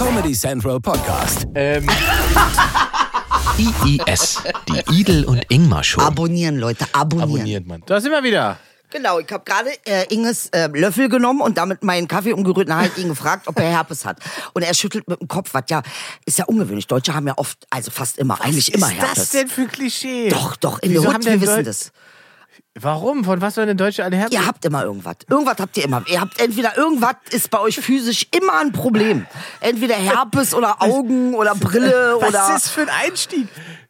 Comedy Central Podcast. IIS, die Idel und Ingmar Show. Abonnieren, Leute, abonnieren. Abonniert man. Da sind wir wieder. Genau, ich habe gerade Inges Löffel genommen und damit meinen Kaffee umgerührt und halt ihn gefragt, ob er Herpes hat. Und er schüttelt mit dem Kopf, was ja, ist ja ungewöhnlich. Deutsche haben ja oft, also fast immer, eigentlich immer Herpes. Was ist das denn für ein Klischee? Doch, in der Wieso Hut, haben wir denn wissen das. Warum? Von was sollen denn Deutsche alle Herpes? Ihr habt immer irgendwas. Irgendwas habt ihr immer. Ihr habt entweder irgendwas ist bei euch physisch immer ein Problem. Entweder Herpes oder Augen oder Brille Was oder... ist das für ein Einstieg?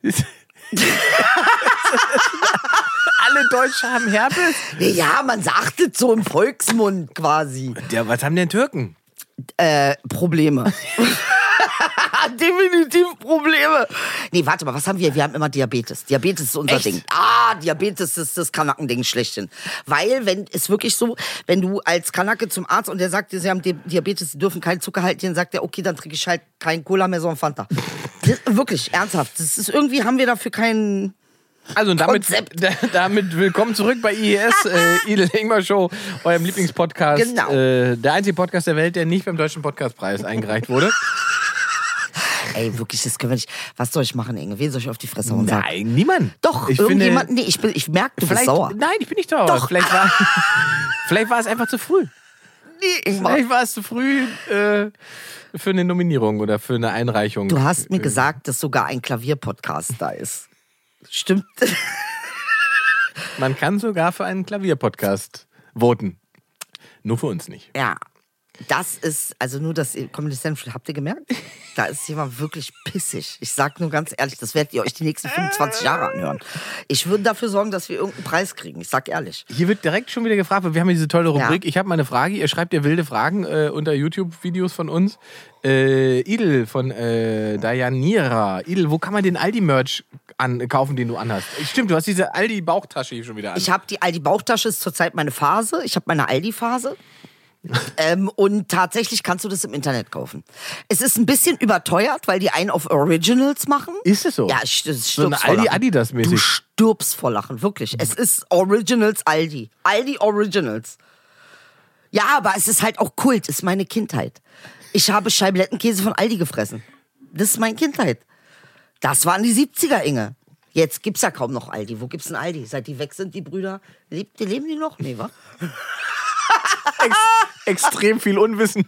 Alle Deutsche haben Herpes? Ja, man sagt es so im Volksmund quasi. Ja, was haben denn Türken? Probleme. Definitiv Probleme. Nee, warte mal, was haben wir? Wir haben immer Diabetes. Diabetes ist unser Echt? Ding. Diabetes ist das Kanackending schlechthin. Weil, wenn ist wirklich so, wenn du als Kanake zum Arzt und der sagt dir, sie haben Diabetes, sie dürfen keinen Zucker halten, dann sagt er, okay, dann trinke ich halt kein Cola mehr, sondern Fanta. Wirklich, ernsthaft. Das ist irgendwie, haben wir dafür keinen... Also und damit willkommen zurück bei IIS, Idel Ingmar Show, eurem Lieblingspodcast. Genau. Der einzige Podcast der Welt, der nicht beim Deutschen Podcastpreis eingereicht wurde. Ey, wirklich, das können wir nicht. Was soll ich machen, Inge? Wen soll ich auf die Fresse hauen? Nein, niemand. Doch, ich irgendjemanden. Nee, ich merke, du bist sauer. Nein, ich bin nicht sauer. Doch. Vielleicht war es einfach zu früh. Nee, Vielleicht war es zu früh für eine Nominierung oder für eine Einreichung. Du hast mir gesagt, dass sogar ein Klavierpodcast da ist. Stimmt. Man kann sogar für einen Klavierpodcast voten. Nur für uns nicht. Ja. Das ist, also nur das Comedy Central, habt ihr gemerkt? Da ist jemand wirklich pissig. Ich sag nur ganz ehrlich, das werdet ihr euch die nächsten 25 Jahre anhören. Ich würde dafür sorgen, dass wir irgendeinen Preis kriegen. Ich sag ehrlich. Hier wird direkt schon wieder gefragt, weil wir haben ja diese tolle Rubrik. Ja. Ich habe mal eine Frage. Ihr schreibt ja wilde Fragen unter YouTube-Videos von uns. Idel von Dayanira. Idel, wo kann man den Aldi-Merch kaufen, den du anhast? Stimmt, du hast diese Aldi-Bauchtasche hier schon wieder an. Ich habe die Aldi-Bauchtasche, ist zurzeit meine Phase. Ich habe meine Aldi-Phase. Und tatsächlich kannst du das im Internet kaufen. Es ist ein bisschen überteuert, weil die einen auf Originals machen. Ist es so? Ja, ich so eine Aldi-Adidas-mäßig. Du stirbst vor Lachen, wirklich. Es ist Originals Aldi. Aldi Originals. Ja, aber es ist halt auch Kult, ist meine Kindheit. Ich habe Scheiblettenkäse von Aldi gefressen. Das ist meine Kindheit. Das waren die 70er, Inge. Jetzt gibt's ja kaum noch Aldi. Wo gibt's denn Aldi? Seit die weg sind, die Brüder, leben die noch? Nee, wa? Extrem viel Unwissen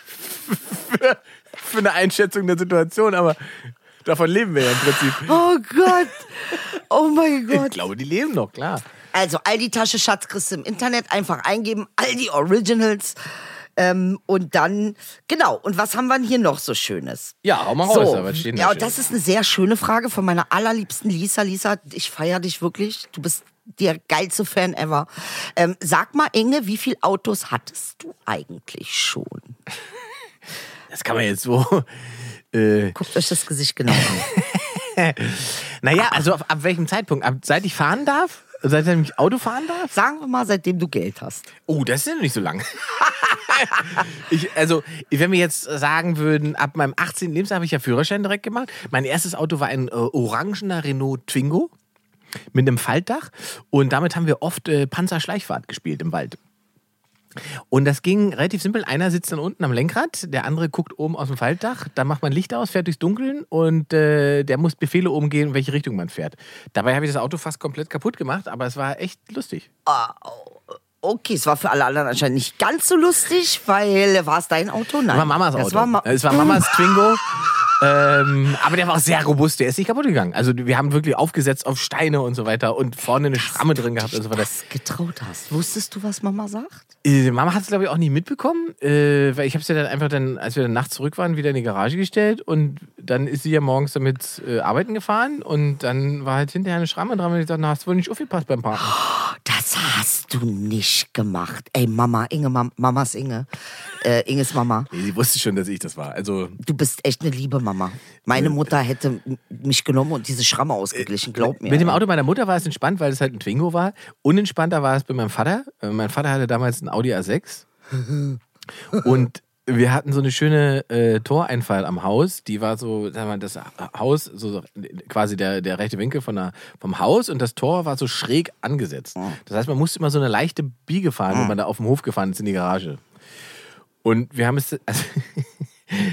für eine Einschätzung der Situation, aber davon leben wir ja im Prinzip. Oh Gott. Oh mein Ich Gott. glaube, die leben noch, klar. Also Aldi-Tasche, Schatz, kriegst du im Internet einfach eingeben. Aldi Originals. Und dann, genau. Und was haben wir denn hier noch so Schönes? Ja, hau mal raus. So, Aber stehen ja, da und das ist eine sehr schöne Frage von meiner allerliebsten Lisa. Lisa, ich feiere dich wirklich. Du bist der geilste Fan ever. Sag mal, Inge, wie viele Autos hattest du eigentlich schon? Das kann man jetzt so. Guckt euch das Gesicht genau an. Naja, also ab welchem Zeitpunkt? Seit ich fahren darf? Seitdem ich Auto fahren darf? Sagen wir mal, seitdem du Geld hast. Oh, das ist ja noch nicht so lang. Wenn wir jetzt sagen würden, ab meinem 18. Lebensjahr habe ich ja Führerschein direkt gemacht. Mein erstes Auto war ein orangener Renault Twingo mit einem Faltdach. Und damit haben wir oft Panzerschleichfahrt gespielt im Wald. Und das ging relativ simpel. Einer sitzt dann unten am Lenkrad, der andere guckt oben aus dem Faltdach. Da macht man Licht aus, fährt durchs Dunkeln und der muss Befehle umgehen, in welche Richtung man fährt. Dabei habe ich das Auto fast komplett kaputt gemacht, aber es war echt lustig. Okay, es war für alle anderen anscheinend nicht ganz so lustig, weil war es dein Auto? Nein. Das war Mamas Auto. Es Es war Mamas Twingo. Aber der war auch sehr robust, der ist nicht kaputt gegangen. Also wir haben wirklich aufgesetzt auf Steine und so weiter und vorne eine Schramme drin gehabt und so weiter. Was getraut hast. Wusstest du, was Mama sagt? Mama hat es, glaube ich, auch nicht mitbekommen, weil ich habe es ja dann einfach, als wir dann nachts zurück waren, wieder in die Garage gestellt und dann ist sie ja morgens damit arbeiten gefahren und dann war halt hinterher eine Schramme dran und ich dachte, na, hast du wohl nicht aufgepasst beim Parken. Das hast du nicht gemacht. Ey, Mama, Inge, Mamas Inge. Inges Mama. Nee, sie wusste schon, dass ich das war. Also Du bist echt eine liebe Mama. Meine Mutter hätte mich genommen und diese Schramme ausgeglichen, glaub mir. mit dem Auto meiner Mutter war es entspannt, weil es halt ein Twingo war. Unentspannter war es bei meinem Vater. Mein Vater hatte damals einen Audi A6 und wir hatten so eine schöne Toreinfall am Haus. Die war so, sagen wir mal, das Haus, so quasi der rechte Winkel vom Haus und das Tor war so schräg angesetzt. Das heißt, man musste immer so eine leichte Biege fahren, wenn man da auf dem Hof gefahren ist in die Garage. Und wir haben es, also,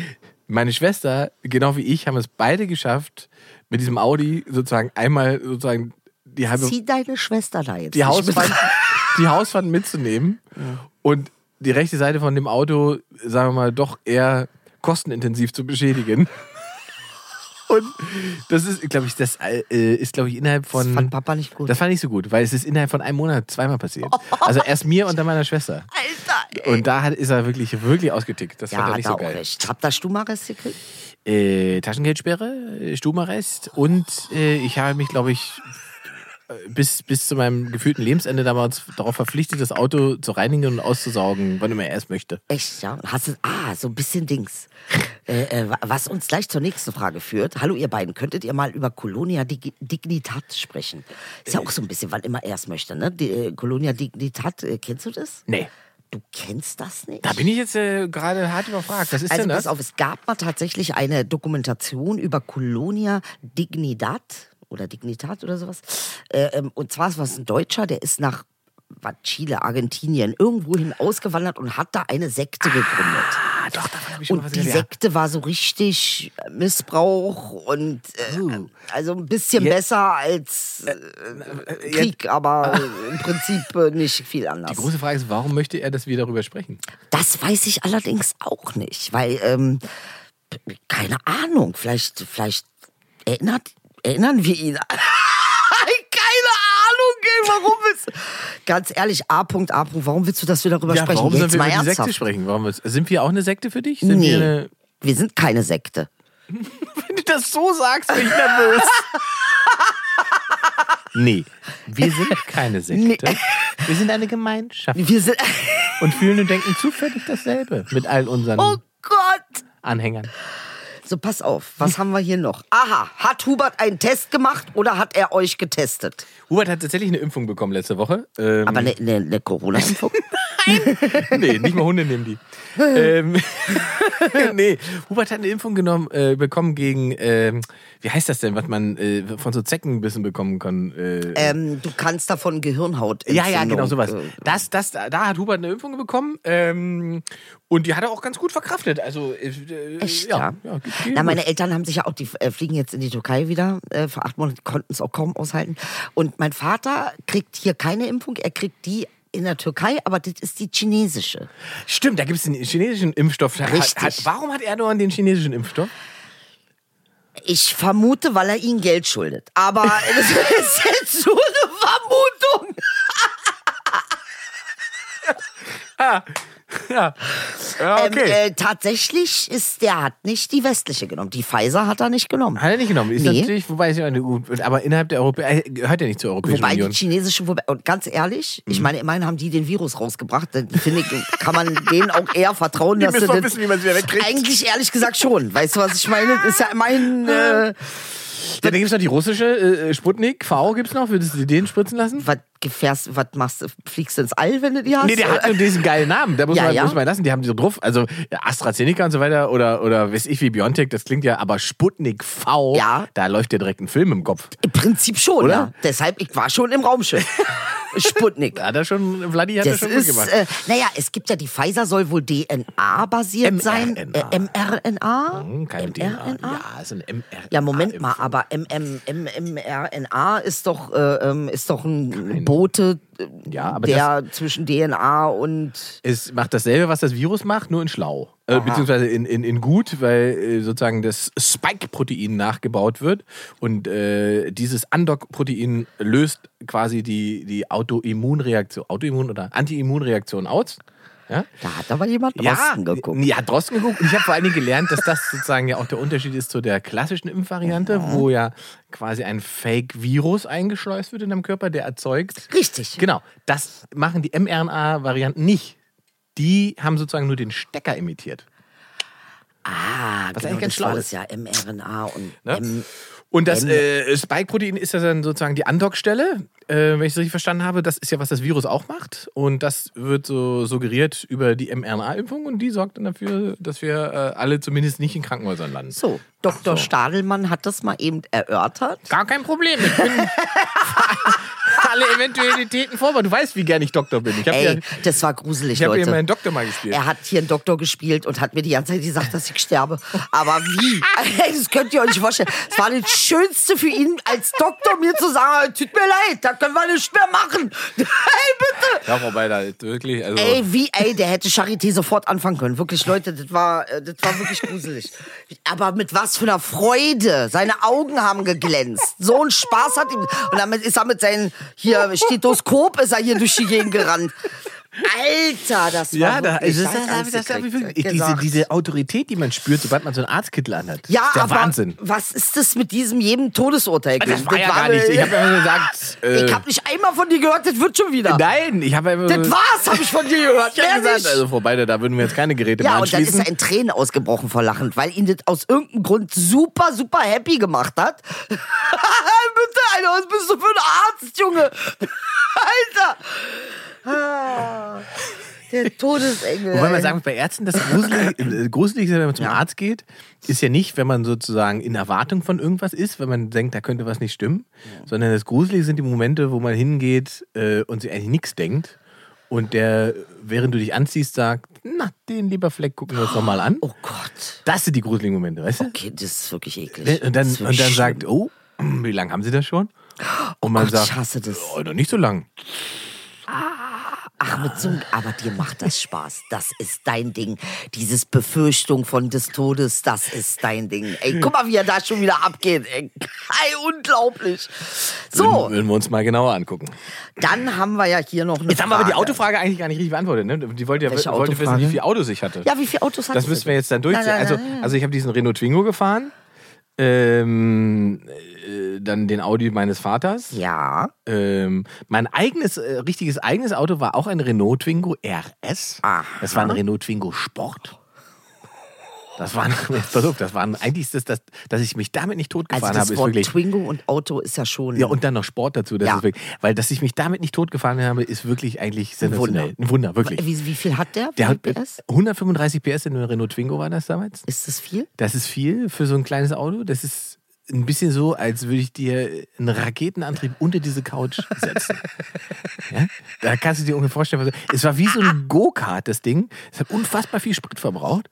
Meine Schwester, genau wie ich, haben es beide geschafft, mit diesem Audi sozusagen einmal sozusagen die halbe... Zieh deine Schwester da jetzt. Die Hausfahrt mitzunehmen und die rechte Seite von dem Auto, sagen wir mal, doch eher kostenintensiv zu beschädigen. Und das ist, glaube ich, innerhalb von... Das fand Papa nicht gut. Das fand ich so gut, weil es ist innerhalb von einem Monat zweimal passiert. Also erst mir und dann meiner Schwester. Alter, ey. Und da ist er wirklich ausgetickt. Das fand er nicht so auch geil. recht. Habt ihr Stubenarrest gekriegt? Taschengeldsperre, Stubenarrest und ich habe mich, glaube ich, bis zu meinem gefühlten Lebensende damals darauf verpflichtet, das Auto zu reinigen und auszusaugen, wann immer er es möchte. Echt, ja? Hast du, so ein bisschen Dings. Was uns gleich zur nächsten Frage führt. Hallo ihr beiden, könntet ihr mal über Colonia Dignitat sprechen? Ist ja auch so ein bisschen, wann immer er es möchte, ne? Colonia Dignitat, kennst du das? Nee. Du kennst das nicht? Da bin ich jetzt gerade hart überfragt. Was ist denn das? Pass auf, es gab mal tatsächlich eine Dokumentation über Colonia Dignidad oder Dignitat oder sowas. Und zwar war es ein Deutscher, der ist nach Chile, Argentinien, irgendwohin ausgewandert und hat da eine Sekte gegründet. Doch, davon habe ich schon mal was Und die gehört. Sekte war so richtig Missbrauch und also ein bisschen besser als Krieg, aber im Prinzip nicht viel anders. Die große Frage ist, warum möchte er, dass wir darüber sprechen? Das weiß ich allerdings auch nicht, weil, keine Ahnung, vielleicht erinnern wir ihn. Keine Ahnung, ey, warum willst du... Ganz ehrlich, A. warum willst du, dass wir darüber sprechen? Warum sollen Jetzt wir mal über die ernsthaft. Sekte sprechen? Sind wir auch eine Sekte für dich? Nee, wir sind keine Sekte. Wenn du das so sagst, bin ich nervös. Nee, wir sind keine Sekte. Nee. Wir sind eine Gemeinschaft. Wir sind... Und fühlen und denken zufällig dasselbe mit all unseren Oh Gott! Anhängern. So, pass auf, was haben wir hier noch? Aha, hat Hubert einen Test gemacht oder hat er euch getestet? Hubert hat tatsächlich eine Impfung bekommen letzte Woche. Aber eine Corona-Impfung? Nee, nicht mal Hunde nehmen die. Nee, Hubert hat eine Impfung bekommen gegen, wie heißt das denn, was man von so Zeckenbissen bekommen kann? Du kannst davon Gehirnhaut. Ja, genau, sowas. Da hat Hubert eine Impfung bekommen und die hat er auch ganz gut verkraftet. Also, Echt, ja? Na, gut. meine Eltern haben sich ja auch, die fliegen jetzt in die Türkei wieder, vor 8 Monaten, konnten es auch kaum aushalten. Und mein Vater kriegt hier keine Impfung, er kriegt die in der Türkei, aber das ist die chinesische. Stimmt, da gibt es den chinesischen Impfstoff. Richtig. Warum hat Erdogan den chinesischen Impfstoff? Ich vermute, weil er ihnen Geld schuldet. Aber das ist jetzt nur eine Vermutung. Ja, okay. Tatsächlich hat nicht die westliche genommen. Die Pfizer hat er nicht genommen. Hat er nicht genommen. Ist Nee. natürlich, wobei ist ja eine gut, aber innerhalb der gehört ja nicht zur Europäischen Wobei Union. die chinesische, und ganz ehrlich, ich meine, immerhin haben die den Virus rausgebracht. Dann finde ich, kann man denen auch eher vertrauen, dass müssen sie wir das... wissen, wie man sie wieder wegkriegt. Eigentlich ehrlich gesagt schon. Weißt du, was ich meine? Das ist ja immerhin... Ja, dann gibt es noch die russische Sputnik V gibt's noch. Würdest du den spritzen lassen? Was machst du? Fliegst du ins All, wenn du die hast? Nee, der hat nur diesen geilen Namen. Da muss Ja, man ja. lassen. Die haben die so drauf. Also AstraZeneca und so weiter oder weiß ich wie BioNTech, das klingt ja, aber Sputnik V, Ja. da läuft ja direkt ein Film im Kopf. Im Prinzip schon, Oder? ja. Deshalb, ich war schon im Raumschiff. Sputnik. Vladi hat das schon gut ist, gemacht. es gibt ja, die Pfizer soll wohl DNA-basiert sein. mRNA? Kein DNA. Ja, ist ein mRNA. Ja, Moment mal, aber mRNA ist doch ein Bote, Ja, aber der zwischen DNA und... Es macht dasselbe, was das Virus macht, nur in schlau. Beziehungsweise in gut, weil sozusagen das Spike-Protein nachgebaut wird. Und dieses Undock-Protein löst quasi die Autoimmun- oder Anti-Immunreaktion aus. Ja? Da hat aber jemand Drosten geguckt. Ja, Drosten geguckt. Und ich habe vor allen Dingen gelernt, dass das sozusagen ja auch der Unterschied ist zu der klassischen Impfvariante, wo ja quasi ein Fake-Virus eingeschleust wird in deinem Körper, der erzeugt. Richtig. Genau. Das machen die mRNA-Varianten nicht. Die haben sozusagen nur den Stecker imitiert. Was eigentlich ganz das war schlau das ist. ja, mRNA und Ne? Und das Spike-Protein ist ja dann sozusagen die Andockstelle, wenn ich es richtig verstanden habe. Das ist ja, was das Virus auch macht. Und das wird so suggeriert über die mRNA-Impfung. Und die sorgt dann dafür, dass wir alle zumindest nicht in Krankenhäusern landen. So, Dr. Stadelmann hat das mal eben erörtert. Gar kein Problem. Ich bin alle Eventualitäten vor. Du weißt, wie gern ich Doktor bin. Das war gruselig, Ich habe Leute. hier meinen Doktor mal gespielt. Er hat hier einen Doktor gespielt und hat mir die ganze Zeit gesagt, dass ich sterbe. Aber wie? Das könnt ihr euch nicht vorstellen. Es war das Schönste für ihn, als Doktor mir zu sagen, tut mir leid, da können wir nichts mehr machen. Hey, bitte. Ja, vorbei, da wirklich. Also Ey, der hätte Charité sofort anfangen können. Wirklich, Leute, das war wirklich gruselig. Aber mit was für einer Freude. Seine Augen haben geglänzt. So ein Spaß hat ihm. Und damit ist er mit seinem Stethoskop ist er hier durch die Gegend gerannt. Alter, das war wirklich, diese Autorität, die man spürt, sobald man so einen Arztkittel anhat. ja, ist der aber Wahnsinn. Was ist das mit diesem Todesurteil? Das war ja gar nicht. Ich habe immer gesagt. Ich habe nicht einmal von dir gehört, das wird schon wieder. Nein, ich habe immer. Das war's, habe ich von dir gehört. Ich habe Mehr gesagt, nicht. also vorbei, da würden wir jetzt keine Geräte mehr Ja, und dann anschließen. ist er in Tränen ausgebrochen vor Lachen, weil ihn das aus irgendeinem Grund super, super happy gemacht hat. Bitte, Alter, was bist du für ein Arzt, Junge? Alter! Ah, der Todesengel. Wobei man ey. sagen muss, bei Ärzten, das Gruseligste, wenn man zum Arzt geht, ist ja nicht, wenn man sozusagen in Erwartung von irgendwas ist, wenn man denkt, da könnte was nicht stimmen, sondern das Gruselige sind die Momente, wo man hingeht und sich eigentlich nichts denkt und der, während du dich anziehst, sagt, na, den Leberfleck gucken wir uns nochmal an. Oh Gott. Das sind die gruseligen Momente, weißt du? Okay, das ist wirklich eklig. Und Das ist dann wirklich sagt, schlimm. oh, wie lange haben Sie das schon? Und man Gott, sagt, ich hasse das. oh, noch nicht so lang. Ach, aber dir macht das Spaß. Das ist dein Ding. Dieses Befürchtung des Todes, das ist dein Ding. Ey, guck mal, wie er da schon wieder abgeht. Ey, unglaublich. So, Würden wir uns mal genauer angucken. dann haben wir ja hier noch eine Jetzt haben wir aber die Frage. Autofrage eigentlich gar nicht richtig beantwortet. Ne? Die wollte Welche wissen, Autofrage? wie viele Autos ich hatte. Ja, wie viele Autos hast Das du? müssen wir jetzt dann durchziehen. Nein. Also ich habe diesen Renault Twingo gefahren, dann den Audi meines Vaters. Ja. Mein richtiges eigenes Auto war auch ein Renault Twingo RS. Aha. Das war ein Renault Twingo Sport. Das war eigentlich dass ich mich damit nicht Also totgefahren das habe, ist Wort wirklich. Twingo und Auto ist ja schon... Ja, und dann noch Sport dazu. Das Ja. ist wirklich, weil, dass ich mich damit nicht totgefahren habe, ist wirklich eigentlich sensationell. Ein Wunder, wirklich. Wie viel hat der? Der hat PS? 135 PS in einem Renault Twingo war das damals. Ist das viel? Das ist viel für so ein kleines Auto. Das ist ein bisschen so, als würde ich dir einen Raketenantrieb unter diese Couch setzen. Ja? Da kannst du dir ungefähr vorstellen, es war wie so ein Go-Kart, das Ding. Es hat unfassbar viel Sprit verbraucht.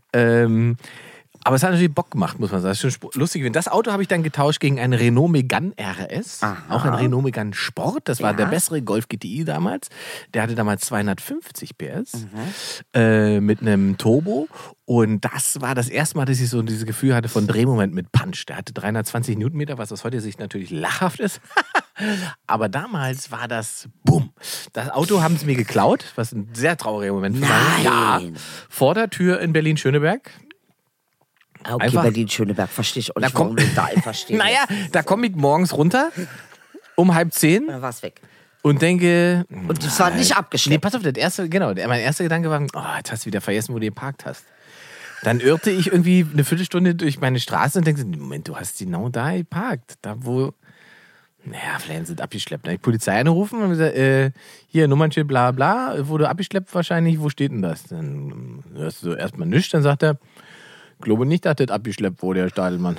Aber es hat natürlich Bock gemacht, muss man sagen. Das ist schon lustig. Das Auto habe ich dann getauscht gegen einen Renault Megane RS. Aha. Auch ein Renault Megane Sport. Das war der bessere Golf GTI damals. Der hatte damals 250 PS mit einem Turbo. Und das war das erste Mal, dass ich so dieses Gefühl hatte von Drehmoment mit Punch. Der hatte 320 Newtonmeter, was aus heutiger Sicht natürlich lachhaft ist. Aber damals war das Bumm. Das Auto haben sie mir geklaut, was ein sehr trauriger Moment für mich war. Ja, vor der Tür in Berlin-Schöneberg. Okay, Einfach- Berlin-Schöneberg, verstehe ich auch nicht, Da warum kommt- du da einfach stehst. Naja, da komme ich morgens runter um 9:30 Dann war's weg. und denke. Und das war nicht Nee, abgeschleppt. pass auf, mein erster Gedanke war, oh, jetzt hast du wieder vergessen, wo du geparkt hast. Dann irrte ich irgendwie eine Viertelstunde durch meine Straße und denke, Moment, du hast genau da geparkt. Da wo. Naja, vielleicht sind abgeschleppt. Dann habe ich Polizei angerufen und gesagt, hier, Nummernschild, bla bla, wurde abgeschleppt wahrscheinlich, wo steht denn das? Dann hörst du erstmal nichts, dann sagt er, glaube nicht, dass das abgeschleppt wurde, Herr Stadelmann.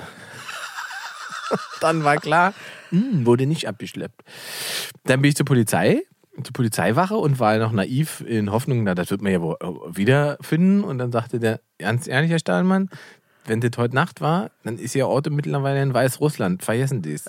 Dann war klar, wurde nicht abgeschleppt. Dann bin ich zur Polizeiwache und war noch naiv in Hoffnung, na, das wird man ja wohl wiederfinden. Und dann sagte der, ganz ehrlich, Herr Stadelmann, wenn das heute Nacht war, dann ist Ihr Auto mittlerweile in Weißrussland. Vergessen Sie es.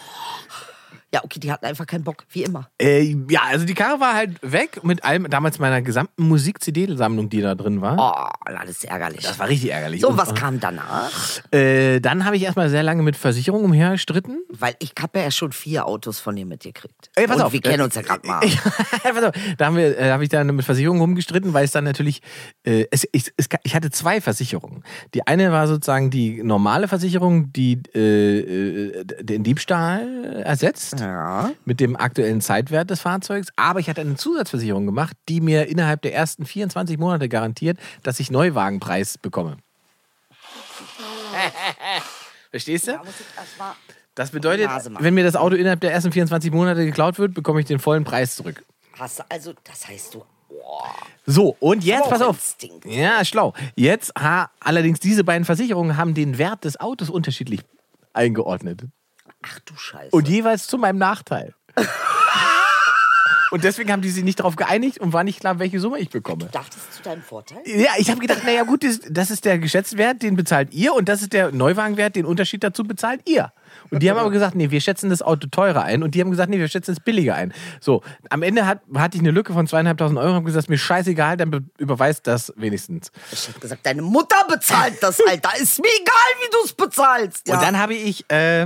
Ja, okay, die hatten einfach keinen Bock, wie immer. Ja, also die Karre war halt weg mit allem, damals meiner gesamten Musik-CD-Sammlung, die da drin war. Oh, das ist ärgerlich. Das war richtig ärgerlich. So, Und- was kam danach? Dann habe ich erstmal sehr lange mit Versicherung umhergestritten. Weil ich habe ja schon 4 Autos von dir mitgekriegt. Ey, pass Und auf. wir kennen uns ja gerade mal. Pass auf. Da habe ich dann mit Versicherung rumgestritten, weil es dann natürlich, ich hatte 2 Versicherungen. Die eine war sozusagen die normale Versicherung, die den Diebstahl ersetzt. Ja. Mit dem aktuellen Zeitwert des Fahrzeugs. Aber ich hatte eine Zusatzversicherung gemacht, die mir innerhalb der ersten 24 Monate garantiert, dass ich Neuwagenpreis bekomme. Verstehst du? Da muss ich erst mal Das bedeutet, Nase machen. wenn mir das Auto innerhalb der ersten 24 Monate geklaut wird, bekomme ich den vollen Preis zurück. hast du, also, das heißt du, So, und jetzt, pass auf. Instinkt. Ja, schlau. Jetzt, allerdings, diese beiden Versicherungen haben den Wert des Autos unterschiedlich eingeordnet. Ach du Scheiße. Und jeweils zu meinem Nachteil. Und deswegen haben die sich nicht darauf geeinigt und war nicht klar, welche Summe ich bekomme. Du dachtest zu deinem Vorteil? Ja, ich habe gedacht, naja gut, das ist der Geschätzwert, den bezahlt ihr und das ist der Neuwagenwert, den Unterschied dazu bezahlt ihr. Und die haben aber gesagt, nee, wir schätzen das Auto teurer ein und die haben gesagt, nee, wir schätzen es billiger ein. So, am Ende hatte ich eine Lücke von 2.500 € und habe gesagt, mir scheißegal, dann überweist das wenigstens. Ich hätte gesagt, deine Mutter bezahlt das, Alter. Ist mir egal, wie du es bezahlst. Ja. Und dann habe ich,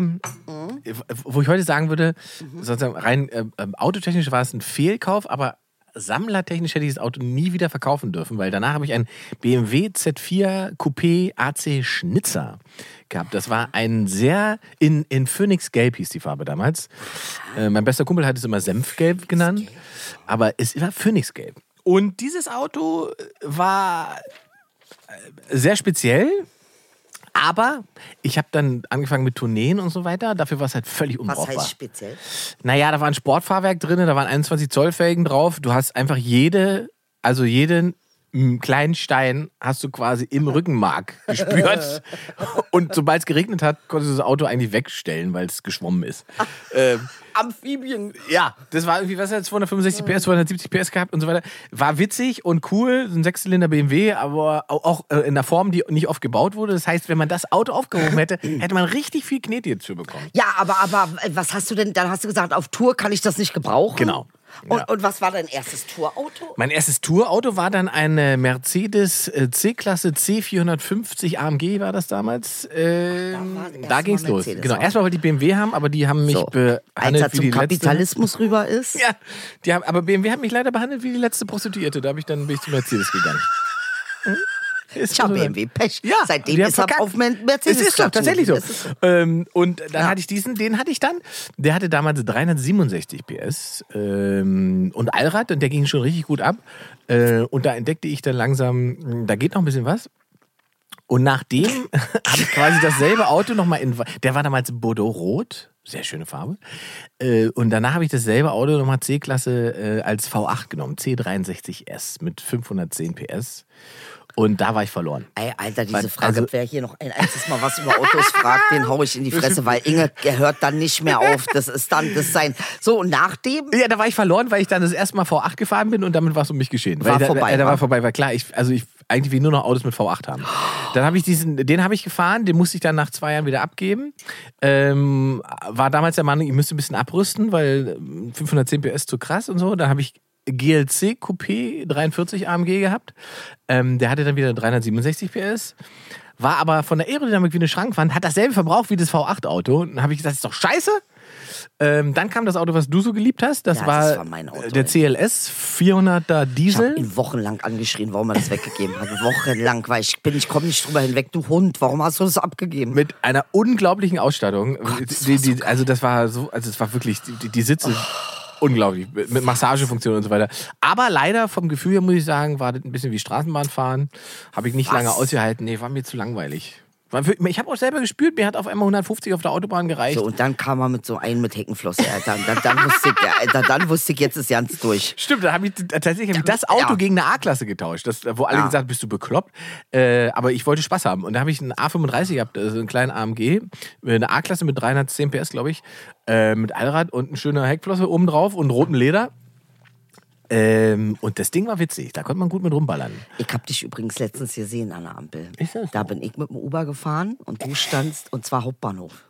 wo ich heute sagen würde, sozusagen rein autotechnisch war es ein Fehlkauf, aber sammlertechnisch hätte ich das Auto nie wieder verkaufen dürfen, weil danach habe ich ein BMW Z4 Coupé AC Schnitzer gehabt. Das war ein sehr, in Phoenix-Gelb hieß die Farbe damals. Mein bester Kumpel hat es immer Senfgelb genannt, aber es war Phoenix-Gelb. Und dieses Auto war sehr speziell. Aber ich habe dann angefangen mit Tourneen und so weiter. Dafür war es halt völlig unbrauchbar. Was heißt speziell? Naja, da war ein Sportfahrwerk drin, da waren 21 Zoll Felgen drauf. Du hast einfach jeden kleinen Stein hast du quasi im Rückenmark gespürt. Und sobald es geregnet hat, konntest du das Auto eigentlich wegstellen, weil es geschwommen ist. Amphibien. Ja, das war irgendwie, was hat 265 PS, 270 PS gehabt und so weiter. War witzig und cool, so ein 6-Zylinder BMW, aber auch in einer Form, die nicht oft gebaut wurde. Das heißt, wenn man das Auto aufgehoben hätte, hätte man richtig viel Knete jetzt für bekommen. Ja, aber was hast du denn, dann hast du gesagt, auf Tour kann ich das nicht gebrauchen? Genau. Ja. Und was war dein erstes Tourauto? Mein erstes Tourauto war dann ein Mercedes C-Klasse C450 AMG war das damals. Da ging es los. Genau, erstmal wollte ich BMW haben, aber die haben mich behandelt als er zum Kapitalismus rüber ist. Ja, aber BMW hat mich leider behandelt wie die letzte Prostituierte. Da bin ich zu Mercedes gegangen. Ich habe BMW Pech. Ja, seitdem ist er auf Mercedes. Es ist doch tatsächlich so. Und dann hatte ich den hatte ich dann. Der hatte damals 367 PS und Allrad und der ging schon richtig gut ab. Und da entdeckte ich dann langsam, da geht noch ein bisschen was. Und nachdem habe ich quasi dasselbe Auto nochmal der war damals Bordeaux-Rot. Sehr schöne Farbe. Und danach habe ich dasselbe Auto nochmal C-Klasse als V8 genommen. C63S mit 510 PS. Und da war ich verloren. Ey, Alter, diese Frage, wer hier noch ein einziges Mal was über Autos fragt, den hau ich in die Fresse, weil Inge hört dann nicht mehr auf. Das ist sein. So, und nachdem? Ja, da war ich verloren, weil ich dann das erste Mal V8 gefahren bin und damit war es um mich geschehen. War vorbei. Da war vorbei, weil klar, ich eigentlich will nur noch Autos mit V8 haben. Dann habe ich den habe ich gefahren, den musste ich dann nach 2 Jahren wieder abgeben. War damals der Meinung, ich müsste ein bisschen abrüsten, weil 510 PS zu krass und so. Dann habe ich GLC Coupé 43 AMG gehabt. Der hatte dann wieder 367 PS. War aber von der Aerodynamik wie eine Schrankwand, hat dasselbe Verbrauch wie das V8-Auto. Dann habe ich gesagt, das ist doch scheiße. Dann kam das Auto, was du so geliebt hast. Das war mein Auto, der CLS 400er Diesel. Ich habe ihn wochenlang angeschrien, warum er das weggegeben hat. Wochenlang, weil ich komme nicht drüber hinweg. Du Hund, warum hast du das abgegeben? Mit einer unglaublichen Ausstattung. Gott, das war wirklich, die Sitze... Unglaublich, mit Massagefunktion und so weiter. Aber leider, vom Gefühl her muss ich sagen, war das ein bisschen wie Straßenbahnfahren. Habe ich nicht lange ausgehalten. Nee, war mir zu langweilig. Ich habe auch selber gespürt, mir hat auf einmal 150 auf der Autobahn gereicht. So, und dann kam er mit so einem mit Heckenflosse. Dann wusste ich, jetzt ist ganz durch. Stimmt, dann habe ich tatsächlich das Auto gegen eine A-Klasse getauscht. Wo alle gesagt haben, bist du bekloppt? Aber ich wollte Spaß haben. Und da habe ich einen A35 gehabt, also einen kleinen AMG, eine A-Klasse mit 310 PS, glaube ich, mit Allrad und eine schöne Heckflosse oben drauf und rotem Leder. Und das Ding war witzig, da konnte man gut mit rumballern. Ich habe dich übrigens letztens gesehen an der Ampel. Ist das so? Da bin ich mit dem Uber gefahren und du standst, und zwar Hauptbahnhof.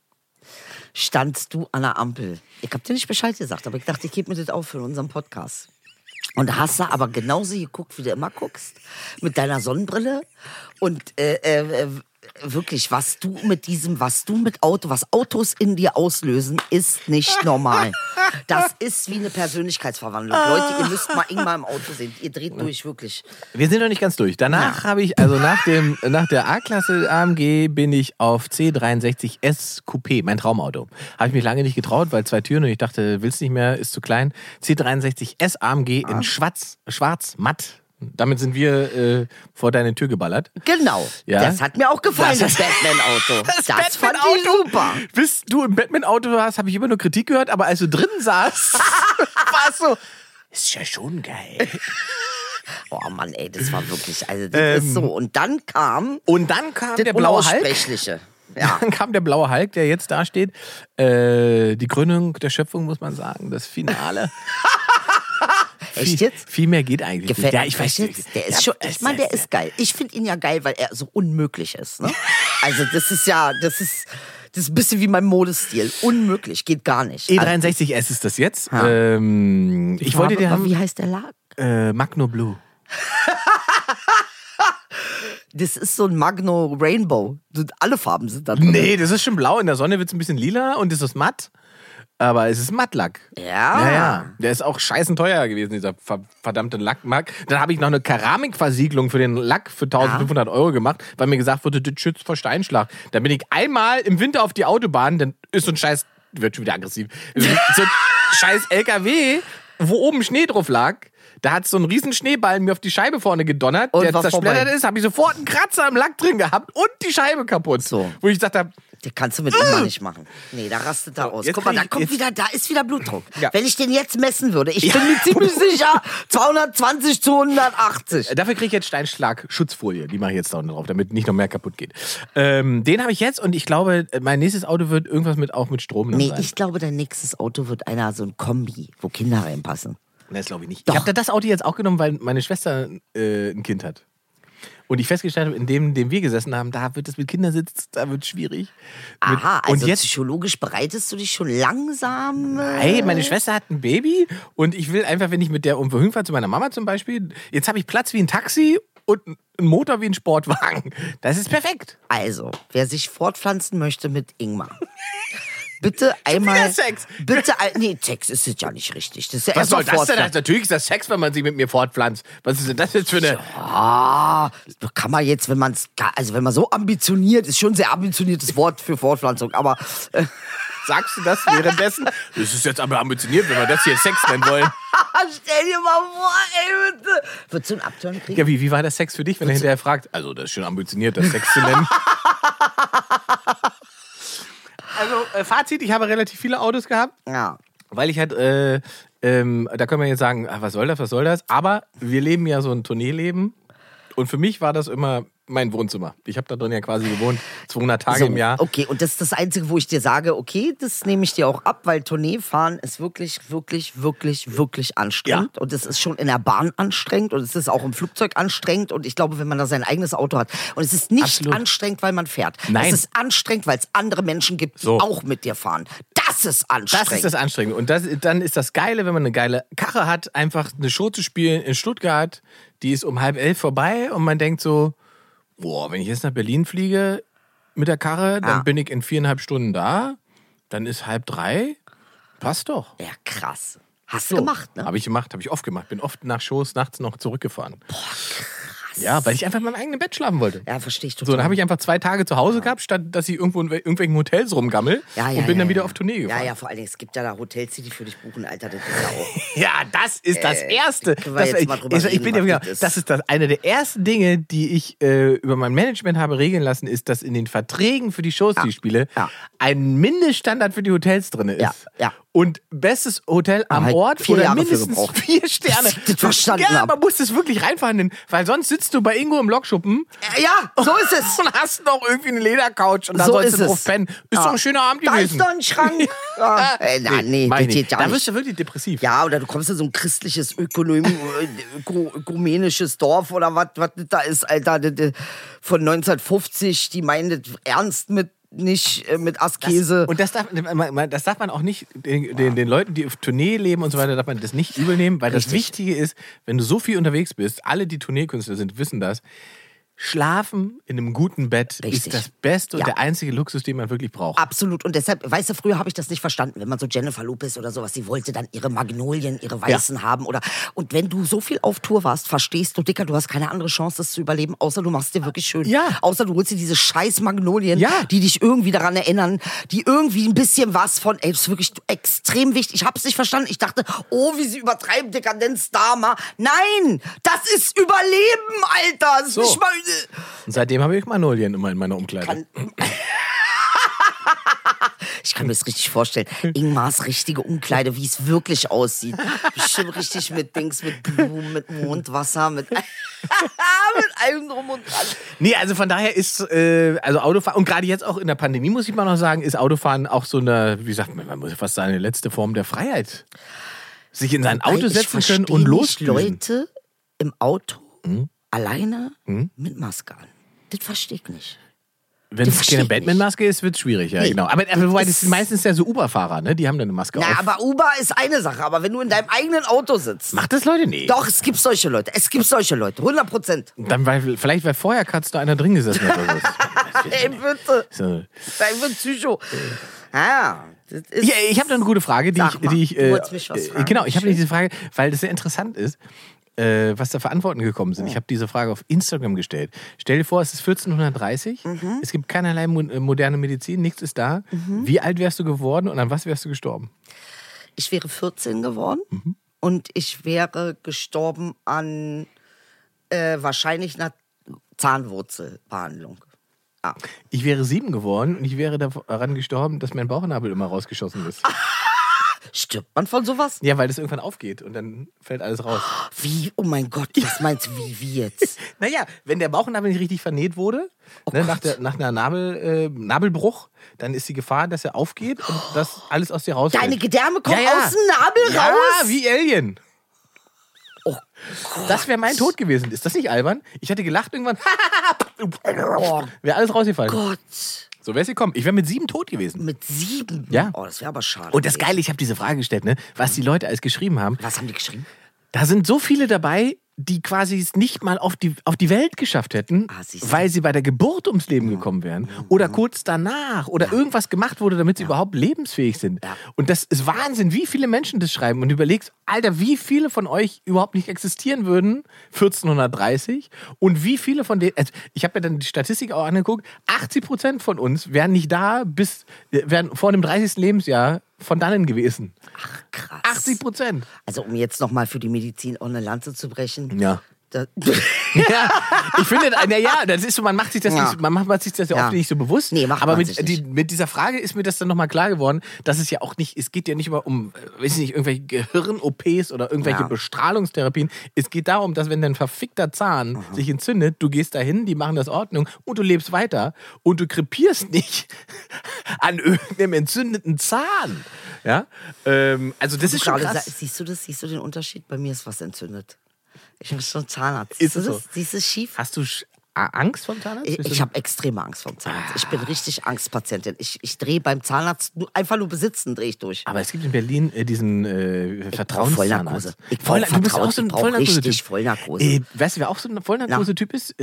Standst du an der Ampel. Ich habe dir nicht Bescheid gesagt, aber ich dachte, ich gebe mir das auf für unseren Podcast. Und da hast du aber genauso geguckt, wie du immer guckst, mit deiner Sonnenbrille und wirklich, was Autos in dir auslösen, ist nicht normal. Das ist wie eine Persönlichkeitsverwandlung. Leute, ihr müsst mal Ingmar im Auto sehen. Ihr dreht durch, wirklich. Wir sind noch nicht ganz durch. Danach habe ich, also nach der A-Klasse AMG bin ich auf C63S Coupé, mein Traumauto. Habe ich mich lange nicht getraut, weil 2 Türen und ich dachte, willst nicht mehr, ist zu klein. C63S AMG in schwarz matt. Damit sind wir vor deine Tür geballert. Genau. Ja? Das hat mir auch gefallen, das Batman-Auto. Das fand ich super. Bis du im Batman-Auto warst, habe ich immer nur Kritik gehört, aber als du drin saßt, war es so, ist ja schon geil. Oh Mann, ey, das war wirklich, also das ist so. Und dann kam der blaue Hulk. Ja. Dann kam der blaue Hulk, der jetzt da steht. Die Krönung der Schöpfung, muss man sagen. Das Finale. Echt jetzt? Viel mehr geht eigentlich Gefällt nicht. Ja, ich weiß jetzt? nicht. Der ist schon, ich meine, der ist geil. Ich finde ihn ja geil, weil er so unmöglich ist. Ne? Also das ist ein bisschen wie mein Modestil. Unmöglich, geht gar nicht. E63S ist das jetzt. Ja. Ich wollte dir haben. Wie heißt der Lack? Magno Blue. Das ist so ein Magno Rainbow. Alle Farben sind da drin. Nee, das ist schon blau. In der Sonne wird es ein bisschen lila und das ist matt. Aber es ist Mattlack. Ja. Naja, der ist auch scheißen teuer gewesen, dieser verdammte Lackmark. Dann habe ich noch eine Keramikversiegelung für den Lack für 1.500 Euro gemacht, weil mir gesagt wurde, das schützt vor Steinschlag. Dann bin ich einmal im Winter auf die Autobahn, dann ist so ein scheiß, wird schon wieder aggressiv, so ein scheiß LKW, wo oben Schnee drauf lag. Da hat so ein riesen Schneeball mir auf die Scheibe vorne gedonnert, und der zersplättert ist, habe ich sofort einen Kratzer im Lack drin gehabt und die Scheibe kaputt. So. Wo ich gesagt habe, Den kannst du mit Ingmar nicht machen. Nee, da rastet er aus. jetzt Guck mal, krieg ich- da ist wieder Blutdruck. Ja. Wenn ich den jetzt messen würde, ich bin mir ziemlich sicher, 220 zu 180. dafür kriege ich jetzt Steinschlag-Schutzfolie. Die mache ich jetzt da unten drauf, damit nicht noch mehr kaputt geht. Den habe ich jetzt und ich glaube, mein nächstes Auto wird irgendwas auch mit Strom Nee, sein. ich glaube, dein nächstes Auto wird so ein Kombi, wo Kinder reinpassen. Das glaube ich nicht. Doch. Ich habe das Auto jetzt auch genommen, weil meine Schwester ein Kind hat. Und ich festgestellt habe, in dem wir gesessen haben, da wird es mit Kindersitz, da wird es schwierig. Aha, und also jetzt, psychologisch bereitest du dich schon langsam... hey, meine Schwester hat ein Baby und ich will einfach, wenn ich mit der irgendwo hinfahre, zu meiner Mama zum Beispiel, jetzt habe ich Platz wie ein Taxi und einen Motor wie ein Sportwagen. Das ist perfekt. Also, wer sich fortpflanzen möchte mit Ingmar... Bitte einmal. wieder Sex. Nee, Sex ist jetzt ja nicht richtig. Das ist ja Was soll das denn? Fortpflanzen. Natürlich ist das Sex, wenn man sich mit mir fortpflanzt. Was ist denn das jetzt für eine... Ah, kann man jetzt, wenn man so ambitioniert, ist schon ein sehr ambitioniertes Wort für Fortpflanzung, aber Sagst du das währenddessen? Das ist jetzt aber ambitioniert, wenn wir das hier Sex nennen wollen. stell dir mal vor, ey, bitte. Würdest du einen Abturn kriegen? Ja, wie war das Sex für dich, wenn er hinterher fragt? Also, das ist schon ambitioniert, das Sex zu nennen. Also, Fazit, ich habe relativ viele Autos gehabt, Ja. weil ich halt, da können wir jetzt sagen, was soll das? Aber wir leben ja so ein Tourneeleben und für mich war das immer mein Wohnzimmer. Ich habe da drin ja quasi gewohnt, 200 Tage im Jahr. Okay, und das ist das Einzige, wo ich dir sage, okay, das nehme ich dir auch ab, weil Tourneefahren ist wirklich, wirklich, wirklich, wirklich anstrengend. Ja. Und es ist schon in der Bahn anstrengend und es ist auch im Flugzeug anstrengend. Und ich glaube, wenn man da sein eigenes Auto hat. Und es ist nicht Absolut. anstrengend, weil man fährt. Nein. Es ist anstrengend, weil es andere Menschen gibt, die So. auch mit dir fahren. Das ist anstrengend. Das ist das Anstrengende. Und dann ist das Geile, wenn man eine geile Karre hat, einfach eine Show zu spielen in Stuttgart, die ist um 10:30 vorbei und man denkt so, boah, wenn ich jetzt nach Berlin fliege mit der Karre, dann Ja. bin ich in 4,5 Stunden da, dann ist 2:30, passt doch. Ja, krass. Hast du gemacht, ne? Habe ich gemacht, habe ich oft gemacht. Bin oft nach Shows nachts noch zurückgefahren. Boah, krass. Ja, weil ich einfach in meinem eigenen Bett schlafen wollte. Ja, verstehe ich total. So, dann habe ich einfach 2 Tage zu Hause gehabt, statt dass ich irgendwo in irgendwelchen Hotels rumgammel und bin dann wieder auf Tournee gefahren. Ja, ja, vor allen Dingen, es gibt ja da Hotels, die für dich buchen, Alter, das ist ja auch... Ja, das ist das Erste. können wir jetzt mal drüber ich reden, bin ja was wieder, das ist. das ist eine der ersten Dinge, die ich über mein Management habe regeln lassen, ist, dass in den Verträgen für die Shows, die ich spiele, Ja. ein Mindeststandard für die Hotels drin ist. Ja. Und bestes Hotel am halt Ort 4 oder Jahre für mindestens gebraucht. 4 Sterne. Bis ich das verstanden ja, hab. man muss das wirklich reinverhandeln, weil sonst sitzt du bei Ingo im Lokschuppen Ja, so ist es. und hast noch irgendwie eine Ledercouch und da So sollst ist du es. drauf pennen. Ist doch ein schöner Abend Da gewesen. ist doch ein Schrank. Ja. Nee, mach das ich geht nicht. ja Da nicht. wirst du wirklich depressiv. Ja, oder du kommst in so ein christliches, ökumenisches Dorf oder was das da ist, Alter, von 1950, die meinen das ernst mit mit Askese. Und das darf man auch nicht den Leuten, die auf Tournee leben und so weiter, darf man das nicht übel nehmen, weil das Wichtige ist, wenn du so viel unterwegs bist, alle, die Tourneekünstler sind, wissen das, Schlafen in einem guten Bett Richtig. ist das Beste und Ja. der einzige Luxus, den man wirklich braucht. Absolut. Und deshalb, weißt du, früher habe ich das nicht verstanden, wenn man so Jennifer Lopez oder sowas, die wollte dann ihre Magnolien, ihre Weißen haben oder. Und wenn du so viel auf Tour warst, verstehst du, Dicker, du hast keine andere Chance, das zu überleben, außer du machst dir wirklich schön. Ja. Außer du holst dir diese scheiß Magnolien, Ja. die dich irgendwie daran erinnern, die irgendwie ein bisschen was von, ey, das ist wirklich extrem wichtig. Ich hab's nicht verstanden. Ich dachte, oh, wie sie übertreiben, Dekadenz, Dama. Nein! Das ist Überleben, Alter! Das ist So. nicht mal. Und seitdem habe ich Magnolien immer in meiner Umkleide. Ich kann mir das richtig vorstellen. Ingmars richtige Umkleide, wie es wirklich aussieht. Bestimmt richtig mit Dings, mit Blumen, mit Mondwasser, mit allem drum und dran. Nee, also von daher ist also Autofahren, und gerade jetzt auch in der Pandemie, muss ich mal noch sagen, ist Autofahren auch so eine, wie sagt man muss ja fast sagen, eine letzte Form der Freiheit. Sich in sein Auto setzen können und losdüsen. Leute im Auto alleine mit Maske an. Das verstehe ich nicht. Wenn es keine Batman-Maske ist, wird es schwierig, ja, Nee, genau. Aber wobei, das sind meistens ja so Uber-Fahrer, ne? Die haben dann eine Maske auf. Ja, aber Uber ist eine Sache. Aber wenn du in deinem eigenen Auto sitzt. Macht das Leute? Nee. Doch, es gibt solche Leute. 100%. Dann, vielleicht, weil vorher Katz da einer drin gesessen hat oder so. Ey, bitte. So. Sei für Psycho. Ja, das ist. Ja, ich habe da eine gute Frage, die Sag mal, ich du wolltest mich was fragen. genau, ich habe diese Frage, weil das sehr interessant ist, was da für Antworten gekommen sind. Ich habe diese Frage auf Instagram gestellt. Stell dir vor, es ist 1430, es gibt keinerlei moderne Medizin, nichts ist da. Wie alt wärst du geworden und an was wärst du gestorben? Ich wäre 14 geworden und ich wäre gestorben an wahrscheinlich einer Zahnwurzelbehandlung. Ja. Ich wäre 7 geworden und ich wäre daran gestorben, dass mein Bauchnabel immer rausgeschossen ist. Stirbt man von sowas? Ja, weil das irgendwann aufgeht und dann fällt alles raus. Wie? Oh mein Gott, was meinst du, wie jetzt? Naja, wenn der Bauchnabel nicht richtig vernäht wurde, nach einer Nabelbruch, dann ist die Gefahr, dass er aufgeht und dass alles aus dir rausfällt. Deine Gedärme kommen Ja, ja. aus dem Nabel Ja, raus? wie Alien. Oh Das wäre mein Tod gewesen. Ist das nicht albern? Ich hätte gelacht irgendwann. Wäre alles rausgefallen. Gott. So wäre es gekommen. Ich wäre mit 7 tot gewesen. Mit 7? Ja. Oh, das wäre aber schade. Und das Geile, ich habe diese Frage gestellt, ne, was die Leute alles geschrieben haben. Was haben die geschrieben? Da sind so viele dabei, die quasi es nicht mal auf die Welt geschafft hätten, siehst du. weil sie bei der Geburt ums Leben gekommen wären oder kurz danach oder irgendwas gemacht wurde, damit sie überhaupt lebensfähig sind. Ja. Und das ist Wahnsinn, wie viele Menschen das schreiben. Und du überlegst, Alter, wie viele von euch überhaupt nicht existieren würden 1430 und wie viele von denen, also ich habe mir dann die Statistik auch angeguckt, 80% von uns wären nicht da, wären vor dem 30. Lebensjahr von dannen gewesen. Ach, krass. 80%. Also, um jetzt nochmal für die Medizin auch eine Lanze zu brechen. Ja. Da, Ja, ich finde, das ist so, man macht sich das, Ja. nicht, man macht sich das ja oft Ja. nicht so bewusst. Nee, macht aber man mit, sich nicht. mit dieser Frage ist mir das dann nochmal klar geworden, dass es ja auch nicht, es geht ja nicht immer um, weiß ich nicht, irgendwelche Gehirn-OPs oder irgendwelche Ja. Bestrahlungstherapien. Es geht darum, dass wenn dein verfickter Zahn sich entzündet, du gehst dahin, die machen das Ordnung und du lebst weiter und du krepierst nicht an irgendeinem entzündeten Zahn. Ja, also das ist schon gerade krass. Siehst du den Unterschied? Bei mir ist was entzündet. Ich habe schon Zahnarzt. Ist Siehst du es das? so? Siehst du es schief? Hast du Angst vom Zahnarzt? Ich habe extreme Angst vor dem Zahnarzt. Ich bin richtig Angstpatientin. Ich drehe beim Zahnarzt einfach nur besitzen, drehe ich durch. Aber es gibt in Berlin diesen Vertrauenszahnarzt. Vertrauenszahnarzt. Ich brauch Du bist auch so ein Vollnarkose-Typ. richtig Vollnarkose. Weißt du, wer auch so ein Vollnarkose-Typ ist?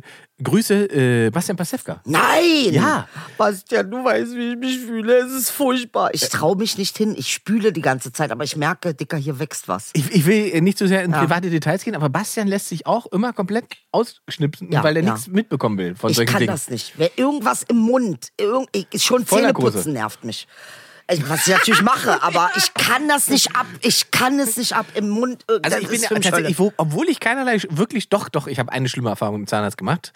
Grüße, Bastian Pasewka. Nein! Ja. Bastian, du weißt, wie ich mich fühle. Es ist furchtbar. Ich traue mich nicht hin. Ich spüle die ganze Zeit, aber ich merke, Dicker, hier wächst was. Ich will nicht so sehr in private Details gehen, aber Bastian lässt sich auch immer komplett ausschnipsen, Ja, weil er ja. nichts mitbekommen will von Ich solchen kann Dingen. das nicht. Wer irgendwas im Mund, schon Vollnarkose. Zähneputzen nervt mich. Was ich natürlich mache, aber ich kann das nicht ab. Ich kann es nicht ab im Mund. Also Das ich bin ist ja für mich tatsächlich, Hölle. obwohl ich keinerlei, wirklich, doch, ich habe eine schlimme Erfahrung mit dem Zahnarzt gemacht.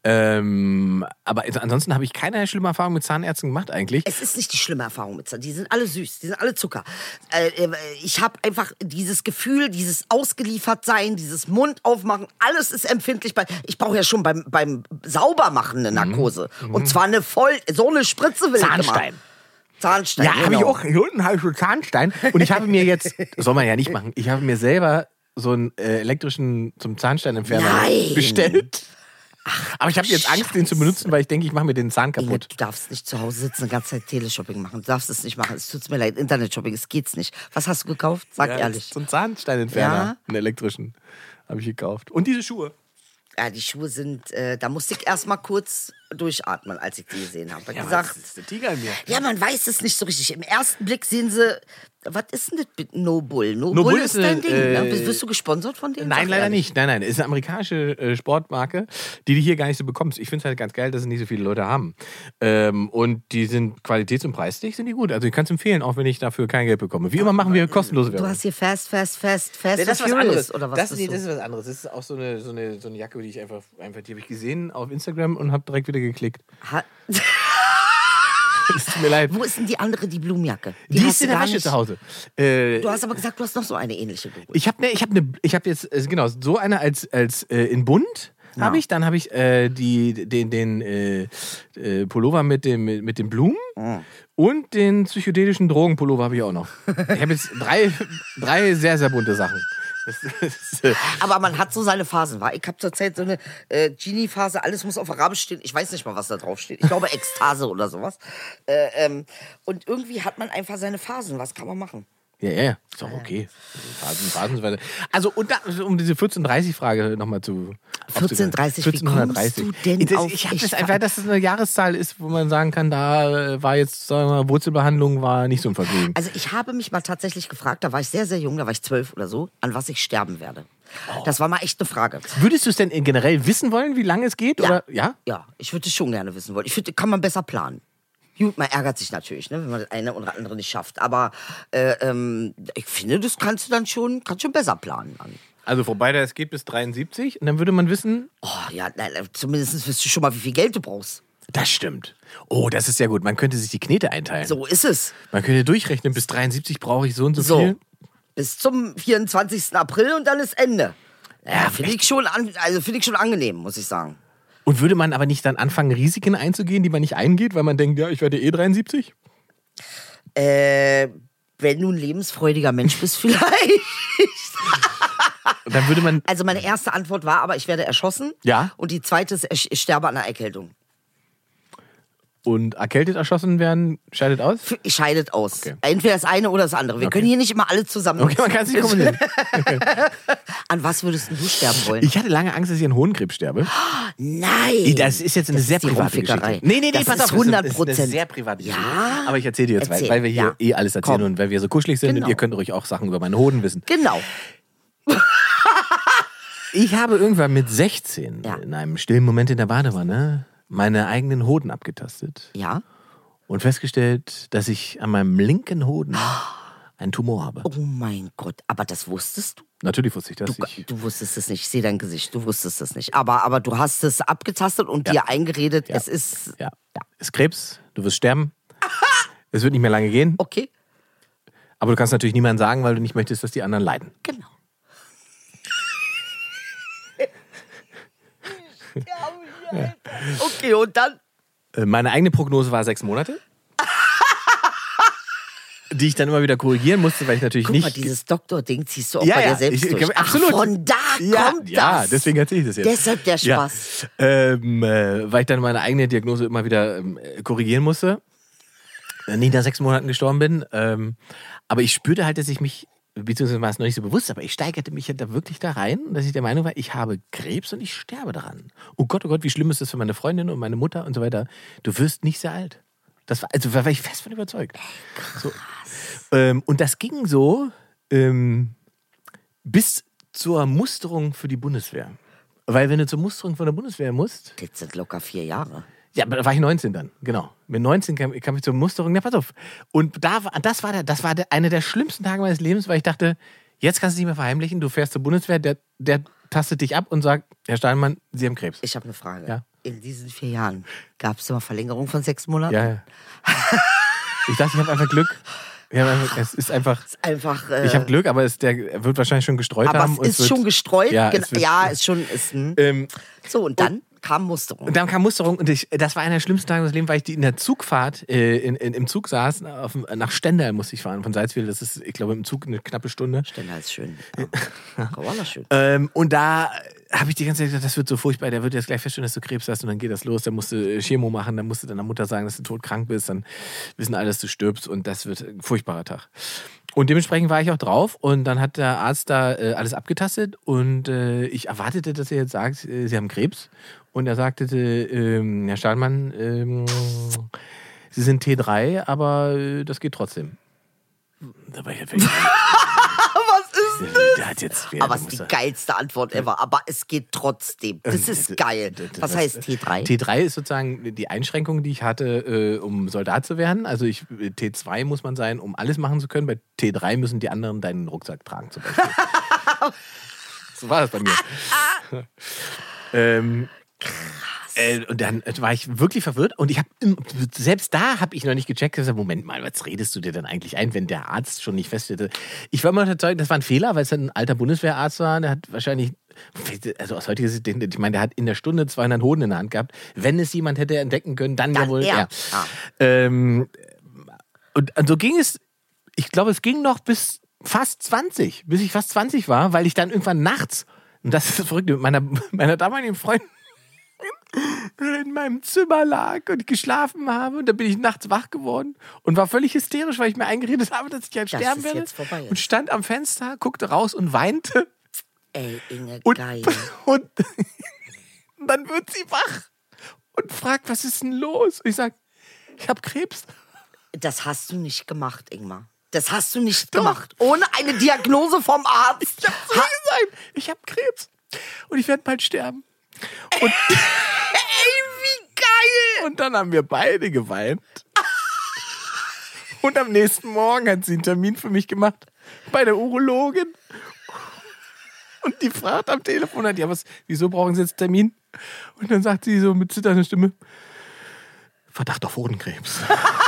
Aber ansonsten habe ich keinerlei schlimme Erfahrung mit Zahnärzten gemacht eigentlich. Es ist nicht die schlimme Erfahrung mit Zahn. Die sind alle süß, die sind alle Zucker. Ich habe einfach dieses Gefühl, dieses Ausgeliefertsein, dieses Mund aufmachen, alles ist empfindlich. Ich brauche ja schon beim Saubermachen eine Narkose. Und zwar so eine Spritze will ich Zahnstein. immer. Zahnstein, Ja, habe ich genau. auch. Hier unten habe ich so Zahnstein. Und ich habe mir jetzt, soll man ja nicht machen, ich habe mir selber so einen elektrischen zum Zahnsteinentferner Nein. bestellt. Aber ich habe jetzt Angst, den zu benutzen, weil ich denke, ich mache mir den Zahn Inge, kaputt. du darfst nicht zu Hause sitzen, die ganze Zeit Teleshopping machen. Du darfst es nicht machen. Es tut mir leid. Internetshopping, es geht's nicht. Was hast du gekauft? Sag ehrlich. So einen Zahnsteinentferner, Ja. einen elektrischen, habe ich gekauft. Und diese Schuhe. Ja, die Schuhe sind, da musste ich erst mal kurz durchatmen, als ich die gesehen habe. Ja, Gesagt, das ist der Tiger in mir. ja, man weiß es nicht so richtig. Im ersten Blick sehen sie, was ist denn das mit No Bull? No No Bull Bull ist ist dein eine, Ding. Wirst du gesponsert von denen? Nein, Sag leider ehrlich. nicht. Nein, es ist eine amerikanische Sportmarke, die du hier gar nicht so bekommst. Ich finde es halt ganz geil, dass es nicht so viele Leute haben. Und die sind qualitäts- und preislich sind die gut. Also ich kann es empfehlen, auch wenn ich dafür kein Geld bekomme. Wie immer machen wir kostenlose Du Werbung. hast hier Fast Nee, and das ist was Furious, anderes. oder was Das, bist nee, du? das ist was anderes. Das ist auch so eine Jacke, die ich einfach die habe ich gesehen auf Instagram und habe direkt wieder geklickt. Es tut mir leid. Wo ist denn die andere, die Blumenjacke? Die hast ist du in der gar Wäsche nicht. zu Hause. Du hast aber gesagt, du hast noch so eine ähnliche geholt. Ich habe jetzt genau so eine als in bunt, habe ich. Dann habe ich den Pullover mit den Blumen und den psychedelischen Drogenpullover habe ich auch noch. Ich habe jetzt drei sehr, sehr bunte Sachen. Aber man hat so seine Phasen, wa? Ich habe zurzeit so eine Genie-Phase, alles muss auf Arabisch stehen. Ich weiß nicht mal, was da drauf steht. Ich glaube Ekstase oder sowas. Und irgendwie hat man einfach seine Phasen. Was kann man machen? Ja, ist doch okay. Phasenweise. Also, um diese 1430-Frage nochmal zu... 1430, wie kommst du denn auf... Ich habe das einfach, dass es eine Jahreszahl ist, wo man sagen kann, da war jetzt, sagen wir mal, Wurzelbehandlung war nicht so ein Vergnügen. Also ich habe mich mal tatsächlich gefragt, da war ich sehr, sehr jung, da war ich 12 oder so, an was ich sterben werde. Das war mal echt eine Frage. Würdest du es denn generell wissen wollen, wie lange es geht? Ja. Oder? Ja? Ja, ich würde es schon gerne wissen wollen. Ich finde, kann man besser planen. Gut, man ärgert sich natürlich, ne, wenn man das eine oder andere nicht schafft. Aber ich finde, das kannst du schon besser planen. Also wobei es geht bis 73 und dann würde man wissen... Oh ja, zumindest wirst du schon mal, wie viel Geld du brauchst. Das stimmt. Oh, das ist sehr gut. Man könnte sich die Knete einteilen. So ist es. Man könnte durchrechnen, bis 73 brauche ich so und so viel. Bis zum 24. April und dann ist Ende. Ja, finde ich schon angenehm, muss ich sagen. Und würde man aber nicht dann anfangen, Risiken einzugehen, die man nicht eingeht, weil man denkt, ja, ich werde 73? Wenn du ein lebensfreudiger Mensch bist, vielleicht. Und dann würde man... Also meine erste Antwort war aber, ich werde erschossen. Ja. Und die zweite ist, ich sterbe an einer Erkältung. Und erkältet erschossen werden, scheidet aus? Scheidet aus. Okay. Entweder das eine oder das andere. Wir können hier nicht immer alle zusammen. Okay, man kann es nicht kombinieren. An was würdest du sterben wollen? Ich hatte lange Angst, dass ich an Hohenkrebs sterbe. Nein! Das ist jetzt eine sehr private Geschichte. Nee, das pass ist auf, 100%. Das ist eine sehr private Geschichte. Ja. Aber ich erzähle dir jetzt, weil wir hier alles erzählen und weil wir so kuschelig sind und ihr könnt ruhig auch Sachen über meine Hoden wissen. Genau. Ich habe irgendwann mit 16 in einem stillen Moment in der Badewanne meine eigenen Hoden abgetastet. Ja. Und festgestellt, dass ich an meinem linken Hoden einen Tumor habe. Oh mein Gott, aber das wusstest du? Natürlich wusste ich das. Du wusstest es nicht, ich sehe dein Gesicht, du wusstest es nicht. Aber du hast es abgetastet und dir eingeredet, es ist... Ja. Es ist Krebs, du wirst sterben. Es wird nicht mehr lange gehen. Okay. Aber du kannst natürlich niemandem sagen, weil du nicht möchtest, dass die anderen leiden. Genau. Okay, und dann? Meine eigene Prognose war 6 Monate. Die ich dann immer wieder korrigieren musste, weil ich natürlich nicht... Guck mal, dieses Doktor-Ding ziehst du auch bei dir selbst durch. Absolut. Ach, von da kommt das. Ja, deswegen erzähle ich das jetzt. Deshalb der Spaß. Ja. Weil ich dann meine eigene Diagnose immer wieder korrigieren musste. Nie nach 6 Monaten gestorben bin. Aber ich spürte halt, dass ich mich... Beziehungsweise war es noch nicht so bewusst, aber ich steigerte mich da wirklich da rein, dass ich der Meinung war, ich habe Krebs und ich sterbe daran. Oh Gott, wie schlimm ist das für meine Freundin und meine Mutter und so weiter. Du wirst nicht sehr alt. Da war ich fest von überzeugt. So. Und das ging so bis zur Musterung für die Bundeswehr. Weil wenn du zur Musterung von der Bundeswehr musst... Das sind locker 4 Jahre. Ja, da war ich 19 dann, genau. Mit 19 kam ich zur Musterung. Na, pass auf. Und das war einer der schlimmsten Tage meines Lebens, weil ich dachte, jetzt kannst du nicht mehr verheimlichen, du fährst zur Bundeswehr, der tastet dich ab und sagt, Herr Steinmann, Sie haben Krebs. Ich habe eine Frage. Ja. In diesen 4 Jahren gab es immer Verlängerung von 6 Monaten? Ja. Ich dachte, ich habe einfach Glück. Es ist einfach... ich habe Glück, aber der wird wahrscheinlich schon gestreut haben. Aber es ist schon gestreut? Ja, ist schon... So, und dann kam Musterung. Und dann kam Musterung und das war einer der schlimmsten Tage des Lebens, weil ich in der Zugfahrt im Zug saß. Nach Stendal musste ich fahren, von Salzwedel. Das ist, ich glaube, im Zug eine knappe Stunde. Stendal ist schön. Ja. Schön. Und da habe ich die ganze Zeit gesagt, das wird so furchtbar. Der wird jetzt gleich feststellen, dass du Krebs hast und dann geht das los. Dann musst du Chemo machen, dann musst du deiner Mutter sagen, dass du todkrank bist. Dann wissen alle, dass du stirbst und das wird ein furchtbarer Tag. Und dementsprechend war ich auch drauf und dann hat der Arzt da alles abgetastet und ich erwartete, dass er jetzt sagt, Sie haben Krebs. Und er sagte, Herr Stahlmann, Sie sind T3, aber das geht trotzdem. Da war ich halt Was ist denn das? Der hat jetzt, aber es ist die geilste Antwort ever. Aber es geht trotzdem. Das ist geil. Was heißt T3? T3 ist sozusagen die Einschränkung, die ich hatte, um Soldat zu werden. Also T2 muss man sein, um alles machen zu können. Bei T3 müssen die anderen deinen Rucksack tragen zum Beispiel. So war das bei mir. Krass. Und dann war ich wirklich verwirrt und selbst da habe ich noch nicht gecheckt, gesagt, Moment mal, was redest du dir denn eigentlich ein, wenn der Arzt schon nicht feststellte? Ich war mal überzeugt, das war ein Fehler, weil es ein alter Bundeswehrarzt war, der hat wahrscheinlich, also aus heutiger Sicht, ich meine, der hat in der Stunde 200 Hoden in der Hand gehabt. Wenn es jemand hätte entdecken können, dann ja wohl er. Und so ging es, ich glaube, es ging noch bis ich fast 20 war, weil ich dann irgendwann nachts, und das ist verrückt, mit meiner damaligen Freundin in meinem Zimmer lag und geschlafen habe. Und dann bin ich nachts wach geworden und war völlig hysterisch, weil ich mir eingeredet habe, dass ich halt sterben werde. Und stand am Fenster, guckte raus und weinte. Ey, Inge, geil. Und dann wird sie wach und fragt, was ist denn los? Und ich sage, ich habe Krebs. Das hast du nicht gemacht, Ingmar. Das hast du nicht gemacht. Ohne eine Diagnose vom Arzt. Ich habe so gesagt, ich habe Krebs und ich werde bald sterben. Und ey, wie geil! Und dann haben wir beide geweint. Und am nächsten Morgen hat sie einen Termin für mich gemacht bei der Urologin. Und die fragt am Telefon, ja, wieso brauchen Sie jetzt einen Termin? Und dann sagt sie so mit zitternder Stimme, Verdacht auf Hodenkrebs.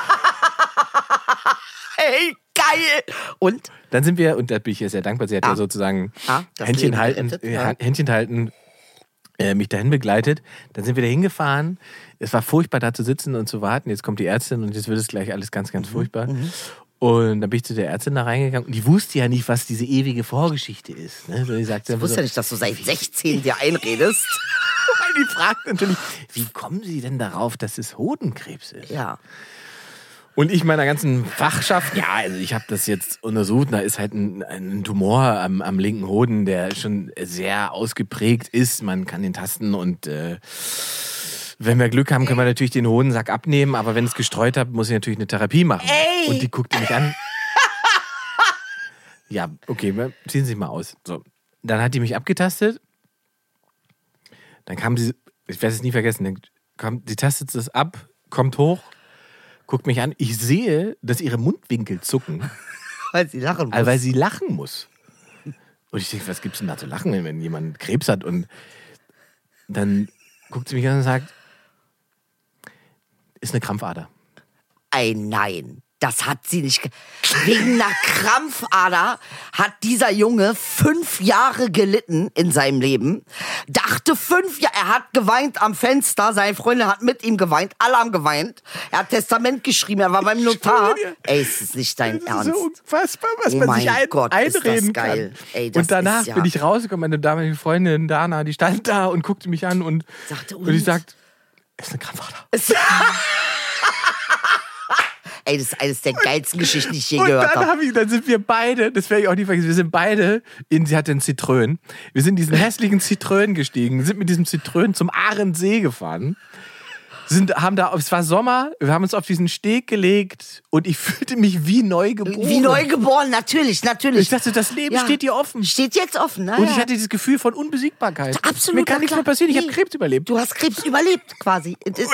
Hey, geil! Und? Dann sind wir, und da bin ich ihr sehr dankbar, sie hat ja sozusagen Händchen halten, mich dahin begleitet. Dann sind wir da hingefahren. Es war furchtbar, da zu sitzen und zu warten. Jetzt kommt die Ärztin und jetzt wird es gleich alles ganz, ganz furchtbar. Und dann bin ich zu der Ärztin da reingegangen und die wusste ja nicht, was diese ewige Vorgeschichte ist. Ne? So, die sagte ich wusste ja nicht, dass du seit 16 dir einredest. Weil die fragt natürlich, wie kommen Sie denn darauf, dass es Hodenkrebs ist? Ja. Und ich meiner ganzen Fachschaft, ja, also ich habe das jetzt untersucht, da ist halt ein Tumor am linken Hoden, der schon sehr ausgeprägt ist. Man kann den tasten und wenn wir Glück haben, können wir natürlich den Hodensack abnehmen, aber wenn es gestreut hat, muss ich natürlich eine Therapie machen. Ey. Und die guckte mich an. Ja, okay, ziehen Sie sich mal aus. So. Dann hat die mich abgetastet. Dann kam sie, ich werde es nie vergessen, sie tastet es ab, kommt hoch, guckt mich an. Ich sehe, dass ihre Mundwinkel zucken. Weil sie lachen muss. Also, weil sie lachen muss. Und ich denke, was gibt's denn da zu lachen, wenn jemand Krebs hat? Und dann guckt sie mich an und sagt, ist eine Krampfader. Ey, nein. Das hat sie nicht. Wegen einer Krampfader hat dieser Junge 5 Jahre gelitten in seinem Leben. Dachte 5 Jahre, er hat geweint am Fenster, seine Freundin hat mit ihm geweint, alle haben geweint. Er hat Testament geschrieben, er war beim Notar. Ey, es ist nicht dein Ernst. Das ist so unfassbar, was man sich einreden kann. Ey, das und danach ist, bin ich rausgekommen, meine damalige Freundin Dana, die stand da und guckte mich an und ich sagt, ist eine Krampfader. Ey, das ist eines der geilsten Geschichten, die ich je gehört habe. Und dann sind wir beide, das werde ich auch nie vergessen, wir sind beide, sie hatte einen Citroën, wir sind in diesen hässlichen Citroën gestiegen, sind mit diesem Citroën zum Ahrensee gefahren, es war Sommer, wir haben uns auf diesen Steg gelegt und ich fühlte mich wie neugeboren. Wie neugeboren, natürlich. Ich dachte, das Leben steht dir offen. Steht jetzt offen, ne? Und ich hatte dieses Gefühl von Unbesiegbarkeit. Absolut. Mir kann nichts mehr passieren, ich habe Krebs überlebt. Du hast Krebs überlebt, quasi.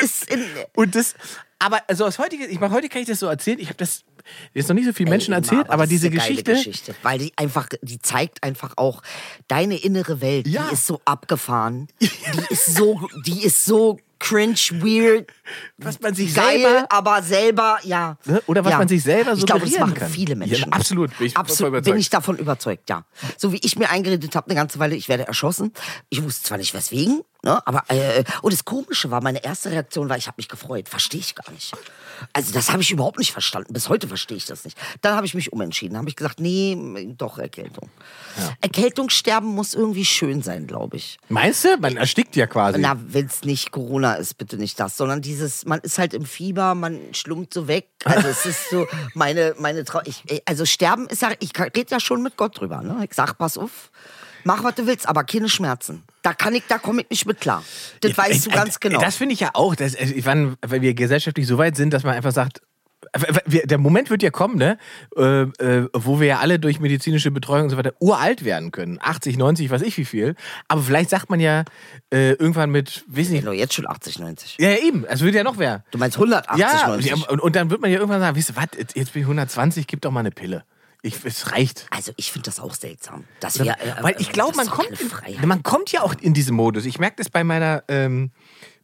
Aber also heute kann ich das so erzählen, ich habe das jetzt noch nicht so vielen Menschen erzählt, aber diese Geschichte, weil die zeigt einfach auch deine innere Welt, die ist so abgefahren, die ist so cringe, weird, was man sich geil, selber, aber selber, ja. Oder was man sich selber so ich glaube, das machen kann. viele Menschen. Ja, absolut, bin ich davon überzeugt, ja. So wie ich mir eingeredet habe eine ganze Weile, ich werde erschossen. Ich wusste zwar nicht weswegen, ne, aber und das Komische war, meine erste Reaktion war, ich habe mich gefreut. Verstehe ich gar nicht. Also das habe ich überhaupt nicht verstanden. Bis heute verstehe ich das nicht. Dann habe ich mich umentschieden. Dann habe ich gesagt, nee, doch Erkältung. Ja. Erkältungssterben muss irgendwie schön sein, glaube ich. Meinst du? Man erstickt ja quasi. Na, wenn es nicht Corona ist, bitte nicht das, sondern man ist halt im Fieber, man schlummt so weg. Also es ist so also Sterben ist ja, ich rede ja schon mit Gott drüber. Ne? Ich sag, pass auf, mach was du willst, aber keine Schmerzen. Da komme ich nicht mit klar. Das weißt du ganz genau. Das finde ich ja auch, weil wir gesellschaftlich so weit sind, dass man einfach sagt, der Moment wird ja kommen, ne, wo wir ja alle durch medizinische Betreuung und so weiter uralt werden können. 80, 90, weiß ich wie viel. Aber vielleicht sagt man ja irgendwann mit, weiß nicht. Ja, jetzt schon 80, 90. Ja, eben. Es wird ja noch mehr. Du meinst 180, 90? Ja, und dann wird man ja irgendwann sagen, weißt du was, jetzt bin ich 120, gib doch mal eine Pille. Es reicht. Also ich finde das auch seltsam. Weil ich glaube, man kommt ja auch in diesen Modus. Ich merke das bei meiner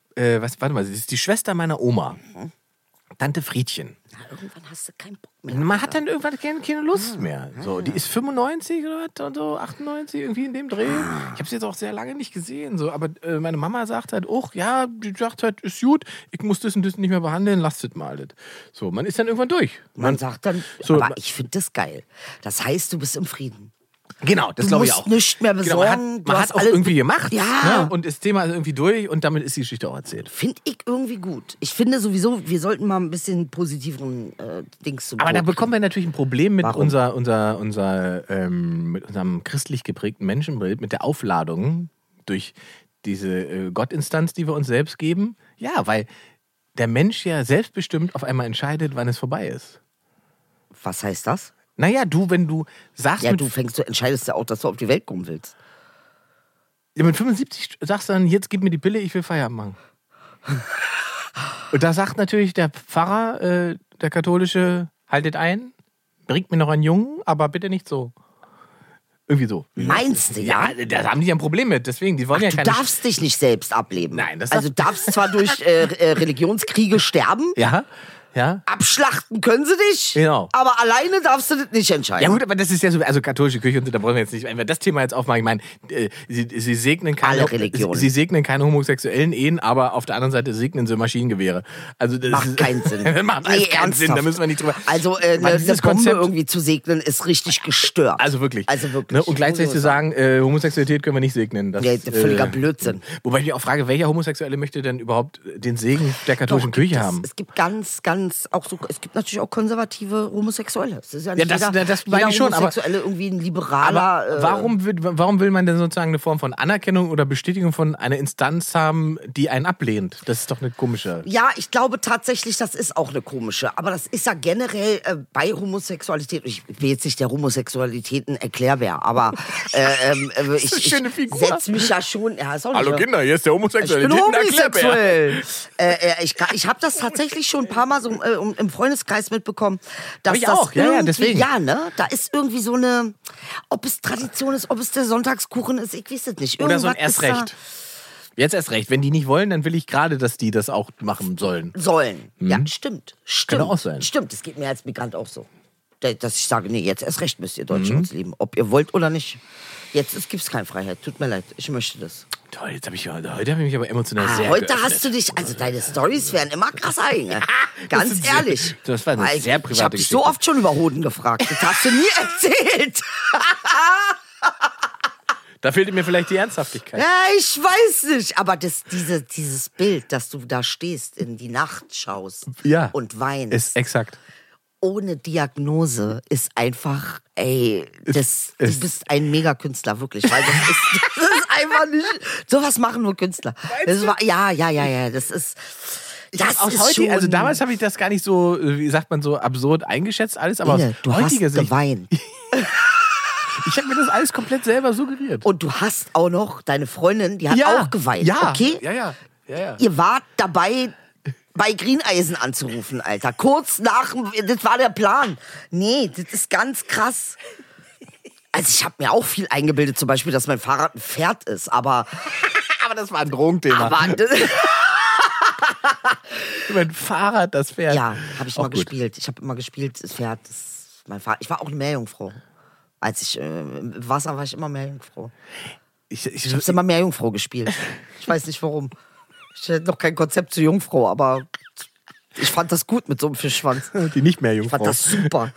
warte mal, sie ist die Schwester meiner Oma. Tante Friedchen. Ja, irgendwann hast du keinen Bock mehr. Man hat dann irgendwann keine Lust mehr. So, die ist 95 oder was und so, 98, irgendwie in dem Dreh. Ich habe sie jetzt auch sehr lange nicht gesehen. So, aber meine Mama sagt halt auch, ja, die sagt halt, ist gut, ich muss das und das nicht mehr behandeln, lasst es mal. So, man ist dann irgendwann durch. Man sagt dann, so, aber ich finde das geil. Das heißt, du bist im Frieden. Genau, das glaube ich auch. Du musst nichts mehr besorgen. Genau, man hat auch irgendwie gemacht. Ja. Ne? Und das Thema ist irgendwie durch und damit ist die Geschichte auch erzählt. Finde ich irgendwie gut. Ich finde sowieso, wir sollten mal ein bisschen positiveren Dings zu Aber da bekommen wir natürlich ein Problem mit, Warum? mit unserem christlich geprägten Menschenbild, mit der Aufladung durch diese Gottinstanz, die wir uns selbst geben. Ja, weil der Mensch ja selbstbestimmt auf einmal entscheidet, wann es vorbei ist. Was heißt das? Naja, wenn du sagst, Ja, du entscheidest ja auch, dass du auf die Welt kommen willst. mit 75 sagst du dann, jetzt gib mir die Pille, ich will Feierabend machen. Und da sagt natürlich der Pfarrer, der katholische, haltet ein, bringt mir noch einen Jungen, aber bitte nicht so. Irgendwie so. Meinst du, ja? Ja, da haben die ja ein Problem mit, deswegen, die wollen ja Du keine... darfst dich nicht selbst ableben. Nein, das also darfst zwar durch Religionskriege sterben, Ja, ja. abschlachten können sie dich, Genau. aber alleine darfst du das nicht entscheiden. Ja gut, aber das ist ja so, also katholische Kirche und so, da wollen wir jetzt nicht, wenn wir das Thema jetzt aufmachen, ich meine, sie segnen keine, Alle Religionen. Sie segnen keine homosexuellen Ehen, aber auf der anderen Seite segnen sie Maschinengewehre. Also das Macht keinen Sinn. Das macht alles keinen Sinn, da müssen wir nicht drüber... Also Mann, eine dieses Bombe Konzept- irgendwie zu segnen, ist richtig gestört. Also wirklich. Also wirklich. Ne? Und gleichzeitig zu sagen, Homosexualität können wir nicht segnen. Das, Ja, völliger Blödsinn. Wobei ich mich auch frage, welcher Homosexuelle möchte denn überhaupt den Segen der katholischen Kirche haben? Es gibt ganz, auch so, es gibt natürlich auch konservative Homosexuelle. Es ist ja Ja, nicht das meine ich schon, aber- Homosexuelle irgendwie ein liberaler. Warum will man denn sozusagen eine Form von Anerkennung oder Bestätigung von einer Instanz haben, die einen ablehnt? Das ist doch eine komische... Ja, ich glaube tatsächlich, das ist auch eine komische. Aber das ist ja generell bei Homosexualität. Ich will jetzt nicht der Homosexualität ein Erklärbär, aber ich schöne Figur. setze mich ja schon. Ja, ist auch nicht Hallo so. Kinder, hier ist der Ich bin Homosexualität ein Erklärbär. homosexuell. Ich habe das tatsächlich schon ein paar Mal so im Freundeskreis mitbekommen. Dass Hab ich das auch, ja, irgendwie- deswegen. Ja, ne? Da ist irgendwie so eine, ob es Tradition ist, ob es der Sonntagskuchen ist, ich weiß es nicht. Oder so ein Irgendwas ist da- Erstrecht. Jetzt erst recht. Wenn die nicht wollen, dann will ich gerade, dass die das auch machen sollen. Sollen. Ja, stimmt. Könnte auch sein. Stimmt, das geht mir als Migrant auch so. Dass ich sage, nee, jetzt erst recht müsst ihr Deutsche uns lieben. Ob ihr wollt oder nicht. Jetzt gibt es keine Freiheit. Tut mir leid, ich möchte das. Toll, heute habe ich mich aber emotional sehr Heute geöffnet. hast du dich, also deine Storys werden immer krasser, Inge. Das Ganz ist sehr- ehrlich. das war eine Weil sehr Ich private habe dich so Geschichte. oft schon über Hoden gefragt. Das hast du nie erzählt. Da fehlte mir vielleicht die Ernsthaftigkeit. Ja, ich weiß nicht. Aber dieses Bild, dass du da stehst, in die Nacht schaust Ja. und weinst. Ist exakt. Ohne Diagnose ist einfach, du bist ein Megakünstler, wirklich. Weil das ist einfach nicht, sowas machen nur Künstler. Das war, ja, das ist Aus heute, schon, also damals habe ich das gar nicht so, wie sagt man so, absurd eingeschätzt alles, aber Inge, aus du hast heutiger Sicht, geweint. ich habe mir das alles komplett selber suggeriert. Und du hast auch noch, deine Freundin, die hat auch geweint, ja, okay? Ja. Ihr wart dabei, bei Greeneisen anzurufen, Alter. Kurz nach, das war der Plan. Nee, das ist ganz krass. Also ich habe mir auch viel eingebildet, zum Beispiel, dass mein Fahrrad ein Pferd ist, aber das war ein Drogenthema. Mein Fahrrad, das Pferd. ja, habe ich Auch mal gut. gespielt. Ich habe immer gespielt, das Pferd, das ist mein Fahrrad. Ich war auch eine Meerjungfrau. Als ich im Wasser war ich immer Meerjungfrau. Ich habe immer Meerjungfrau gespielt. Ich weiß nicht warum. Ich hatte noch kein Konzept zur Jungfrau, aber ich fand das gut mit so einem Fischschwanz. die nicht mehr Ich Jungfrau. fand das super.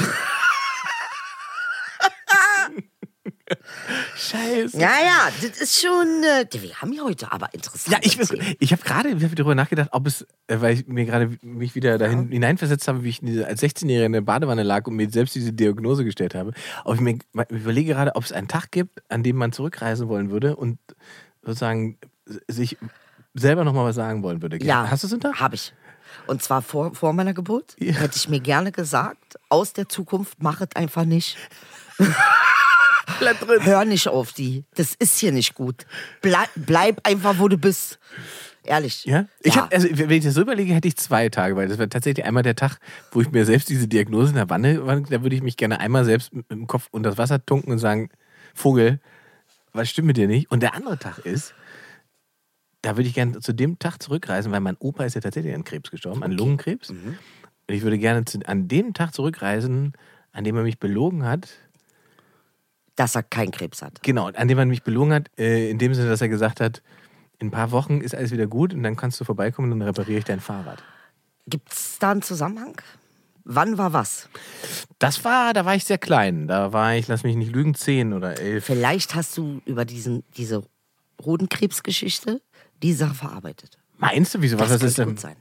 Scheiße. Ja, das ist schon. Wir haben ja heute aber interessant. Ja, ich habe gerade darüber nachgedacht, ob es, weil ich mir gerade mich wieder dahin hineinversetzt habe, wie ich als 16-Jähriger in der Badewanne lag und mir selbst diese Diagnose gestellt habe. Aber ich überlege gerade, ob es einen Tag gibt, an dem man zurückreisen wollen würde und sozusagen sich selber nochmal was sagen wollen würde. Ja, Hast du es einen Tag? Habe ich. Und zwar vor meiner Geburt. Ja. Hätte ich mir gerne gesagt, aus der Zukunft, mach es einfach nicht. Bleib drin. Hör nicht auf die. Das ist hier nicht gut. Bleib einfach, wo du bist. Ehrlich. Ja? Ich hab, also, wenn ich das so überlege, hätte ich 2 Tage, weil das war tatsächlich einmal der Tag, wo ich mir selbst diese Diagnose in der Wanne, da würde ich mich gerne einmal selbst mit dem Kopf unter das Wasser tunken und sagen, Vogel, was stimmt mit dir nicht? Und der andere Tag ist, da würde ich gerne zu dem Tag zurückreisen, weil mein Opa ist ja tatsächlich an Krebs gestorben, an Lungenkrebs. Und ich würde gerne an dem Tag zurückreisen, an dem er mich belogen hat. Dass er keinen Krebs hat. Genau, an dem er mich belogen hat, in dem Sinne, dass er gesagt hat, in ein paar Wochen ist alles wieder gut und dann kannst du vorbeikommen und dann repariere ich dein Fahrrad. Gibt es da einen Zusammenhang? Wann war was? Da war ich sehr klein. Da war ich, lass mich nicht lügen, 10 oder 11. Vielleicht hast du über diese Hodenkrebsgeschichte die Sache verarbeitet. Meinst du, wieso? Was Das ist könnte denn? gut sein.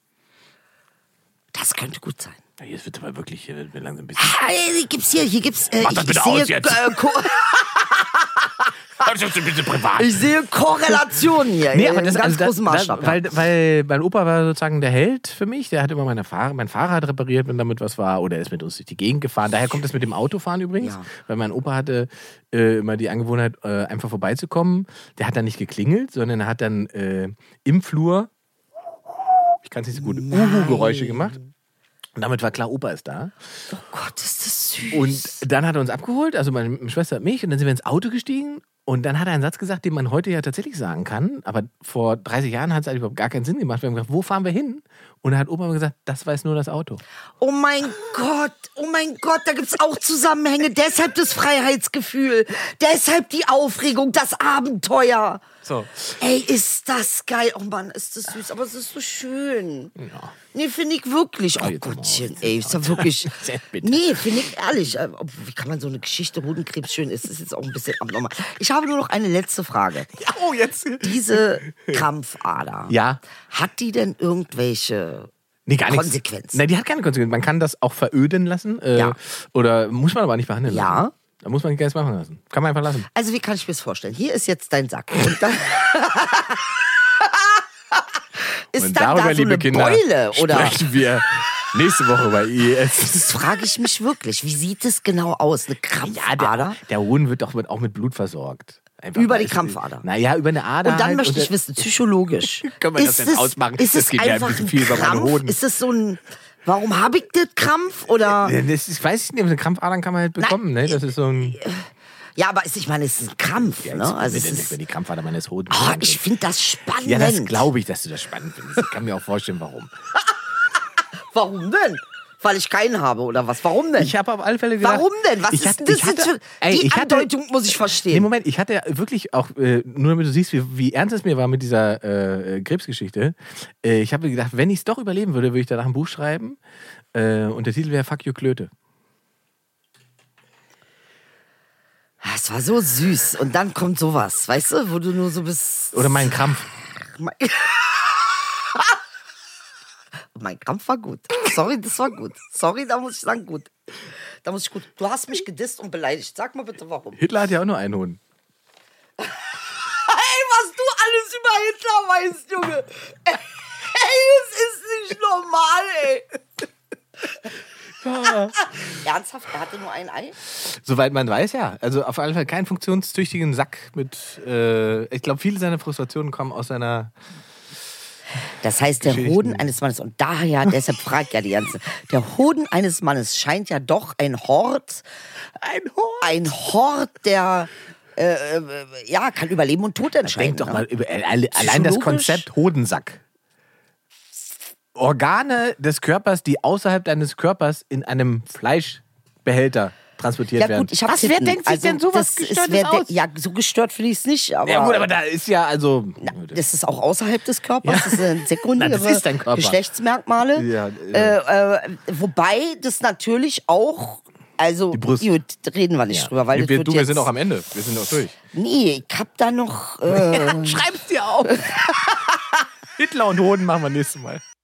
Das könnte gut sein. Jetzt wird aber wirklich hier langsam ein bisschen. Hier gibt's. Mach das bitte aus jetzt. Das ist ein bisschen privat. Ich sehe Korrelationen hier. Nee, aber das im ganz also großen Maßstab. Ja. weil mein Opa war sozusagen der Held für mich. Der hat immer mein Fahrrad repariert, wenn damit was war. Oder er ist mit uns durch die Gegend gefahren. Daher kommt das mit dem Autofahren übrigens. Ja. Weil mein Opa hatte immer die Angewohnheit, einfach vorbeizukommen. Der hat dann nicht geklingelt, sondern er hat dann im Flur, ich kann es nicht so gut, Uhu-Geräusche gemacht. Und damit war klar, Opa ist da. Oh Gott, ist das süß. Und dann hat er uns abgeholt, also meine Schwester und mich, und dann sind wir ins Auto gestiegen. Und dann hat er einen Satz gesagt, den man heute ja tatsächlich sagen kann, aber vor 30 Jahren hat es eigentlich überhaupt gar keinen Sinn gemacht. Wir haben gesagt, wo fahren wir hin? Und dann hat Opa gesagt, das weiß nur das Auto. Oh mein Gott, da gibt's auch Zusammenhänge. Deshalb das Freiheitsgefühl, deshalb die Aufregung, das Abenteuer. So. Ey, ist das geil. Oh Mann, ist das süß, aber es ist so schön. Ja. Nee, finde ich wirklich. Oh jetzt mal Gottchen, auf. ey, ist ja wirklich. Sehr bitter. Nee, finde ich ehrlich. Wie kann man so eine Geschichte Hodenkrebs schön? Ist das jetzt auch ein bisschen abnormal. Ich habe nur noch eine letzte Frage. Oh, jetzt. Diese Krampfader. Ja. Hat die denn irgendwelche Nee, gar nichts. Konsequenzen? Nein, die hat keine Konsequenzen. Man kann das auch veröden lassen. Ja. Oder muss man aber nicht behandeln Ja. lassen. Da muss man gar nichts machen lassen. Kann man einfach lassen. Also, wie kann ich mir das vorstellen? Hier ist jetzt dein Sack. Und dann ist Und dann darüber, da so liebe eine Kinder, Beule, oder? sprechen wir nächste Woche bei IES. Das frage ich mich wirklich. Wie sieht es genau aus? Eine Krampfader? Der Hoden wird doch auch mit Blut versorgt. Einfach Über mal die ist- Krampfader. Naja, über eine Ader. Und dann halt. möchte ich Und wissen, psychologisch. Können wir das denn ausmachen? Ist Das es geht ja ein einfach bisschen ein viel über meine Krampf? Hoden. Ist es so ein, warum habe ich das Krampf? Oder? Ich weiß nicht, eine Krampfadern kann man halt bekommen. Ne? Das ist so ein. Ja, aber ich meine, es ist ein Krampf. Ja, Ne? Also es wenn ist, die Krampfader meines Hodens. oh, ich finde das spannend. Ja, das glaube ich, dass du das spannend findest. Ich kann mir auch vorstellen, warum. Warum denn? Weil ich keinen habe oder was? Warum denn? Ich habe auf alle Fälle gedacht. Warum denn? Was ich ist hatte- das ich hatte- jetzt für... ey, Die ich hatte- Andeutung muss ich Nee, verstehen. Moment, ich hatte wirklich auch, nur damit du siehst, wie ernst es mir war mit dieser Krebsgeschichte. Ich habe gedacht, wenn ich es doch überleben würde, würde ich danach ein Buch schreiben. Und der Titel wäre Fuck you Klöte. Es war so süß. Und dann kommt sowas, weißt du, wo du nur so bist... Oder mein Krampf. Mein Krampf war gut. Sorry, das war gut. Sorry, da muss ich sagen, gut. Da muss ich gut. Du hast mich gedisst und beleidigt. Sag mal bitte, warum. Hitler hat ja auch nur einen Hoden. Ey, was du alles über Hitler weißt, Junge. Ey, es ist nicht normal, ey. Ernsthaft, er hatte nur ein Ei? Soweit man weiß, ja. Also auf jeden Fall keinen funktionstüchtigen Sack mit. Ich glaube, viele seiner Frustrationen kommen aus seiner. Das heißt, der Geschichten. Hoden eines Mannes, und daher, deshalb fragt ja die ganze, der Hoden eines Mannes scheint ja doch ein Hort, der, ja, kann über Leben und Tod entscheiden. Denk doch ne? mal über allein das Psychologisch? Konzept Hodensack. Organe des Körpers, die außerhalb deines Körpers in einem Fleischbehälter transportiert Ja werden. gut, ich habe Was, wer denkt sich denn sowas Gestörtes aus? Ja, so gestört finde ich es nicht, aber... Ja gut, aber da ist ja also... das ist auch außerhalb des Körpers, das sind sekundäre Na, das ist dein Körper. Geschlechtsmerkmale. Ja, Wobei das natürlich auch, also Die Brust. gut, reden wir nicht drüber, weil das wird wir jetzt, sind auch am Ende. Wir sind auch durch. Nee, ich hab da noch... Schreib's dir auf. Hitler und Hoden machen wir nächstes Mal.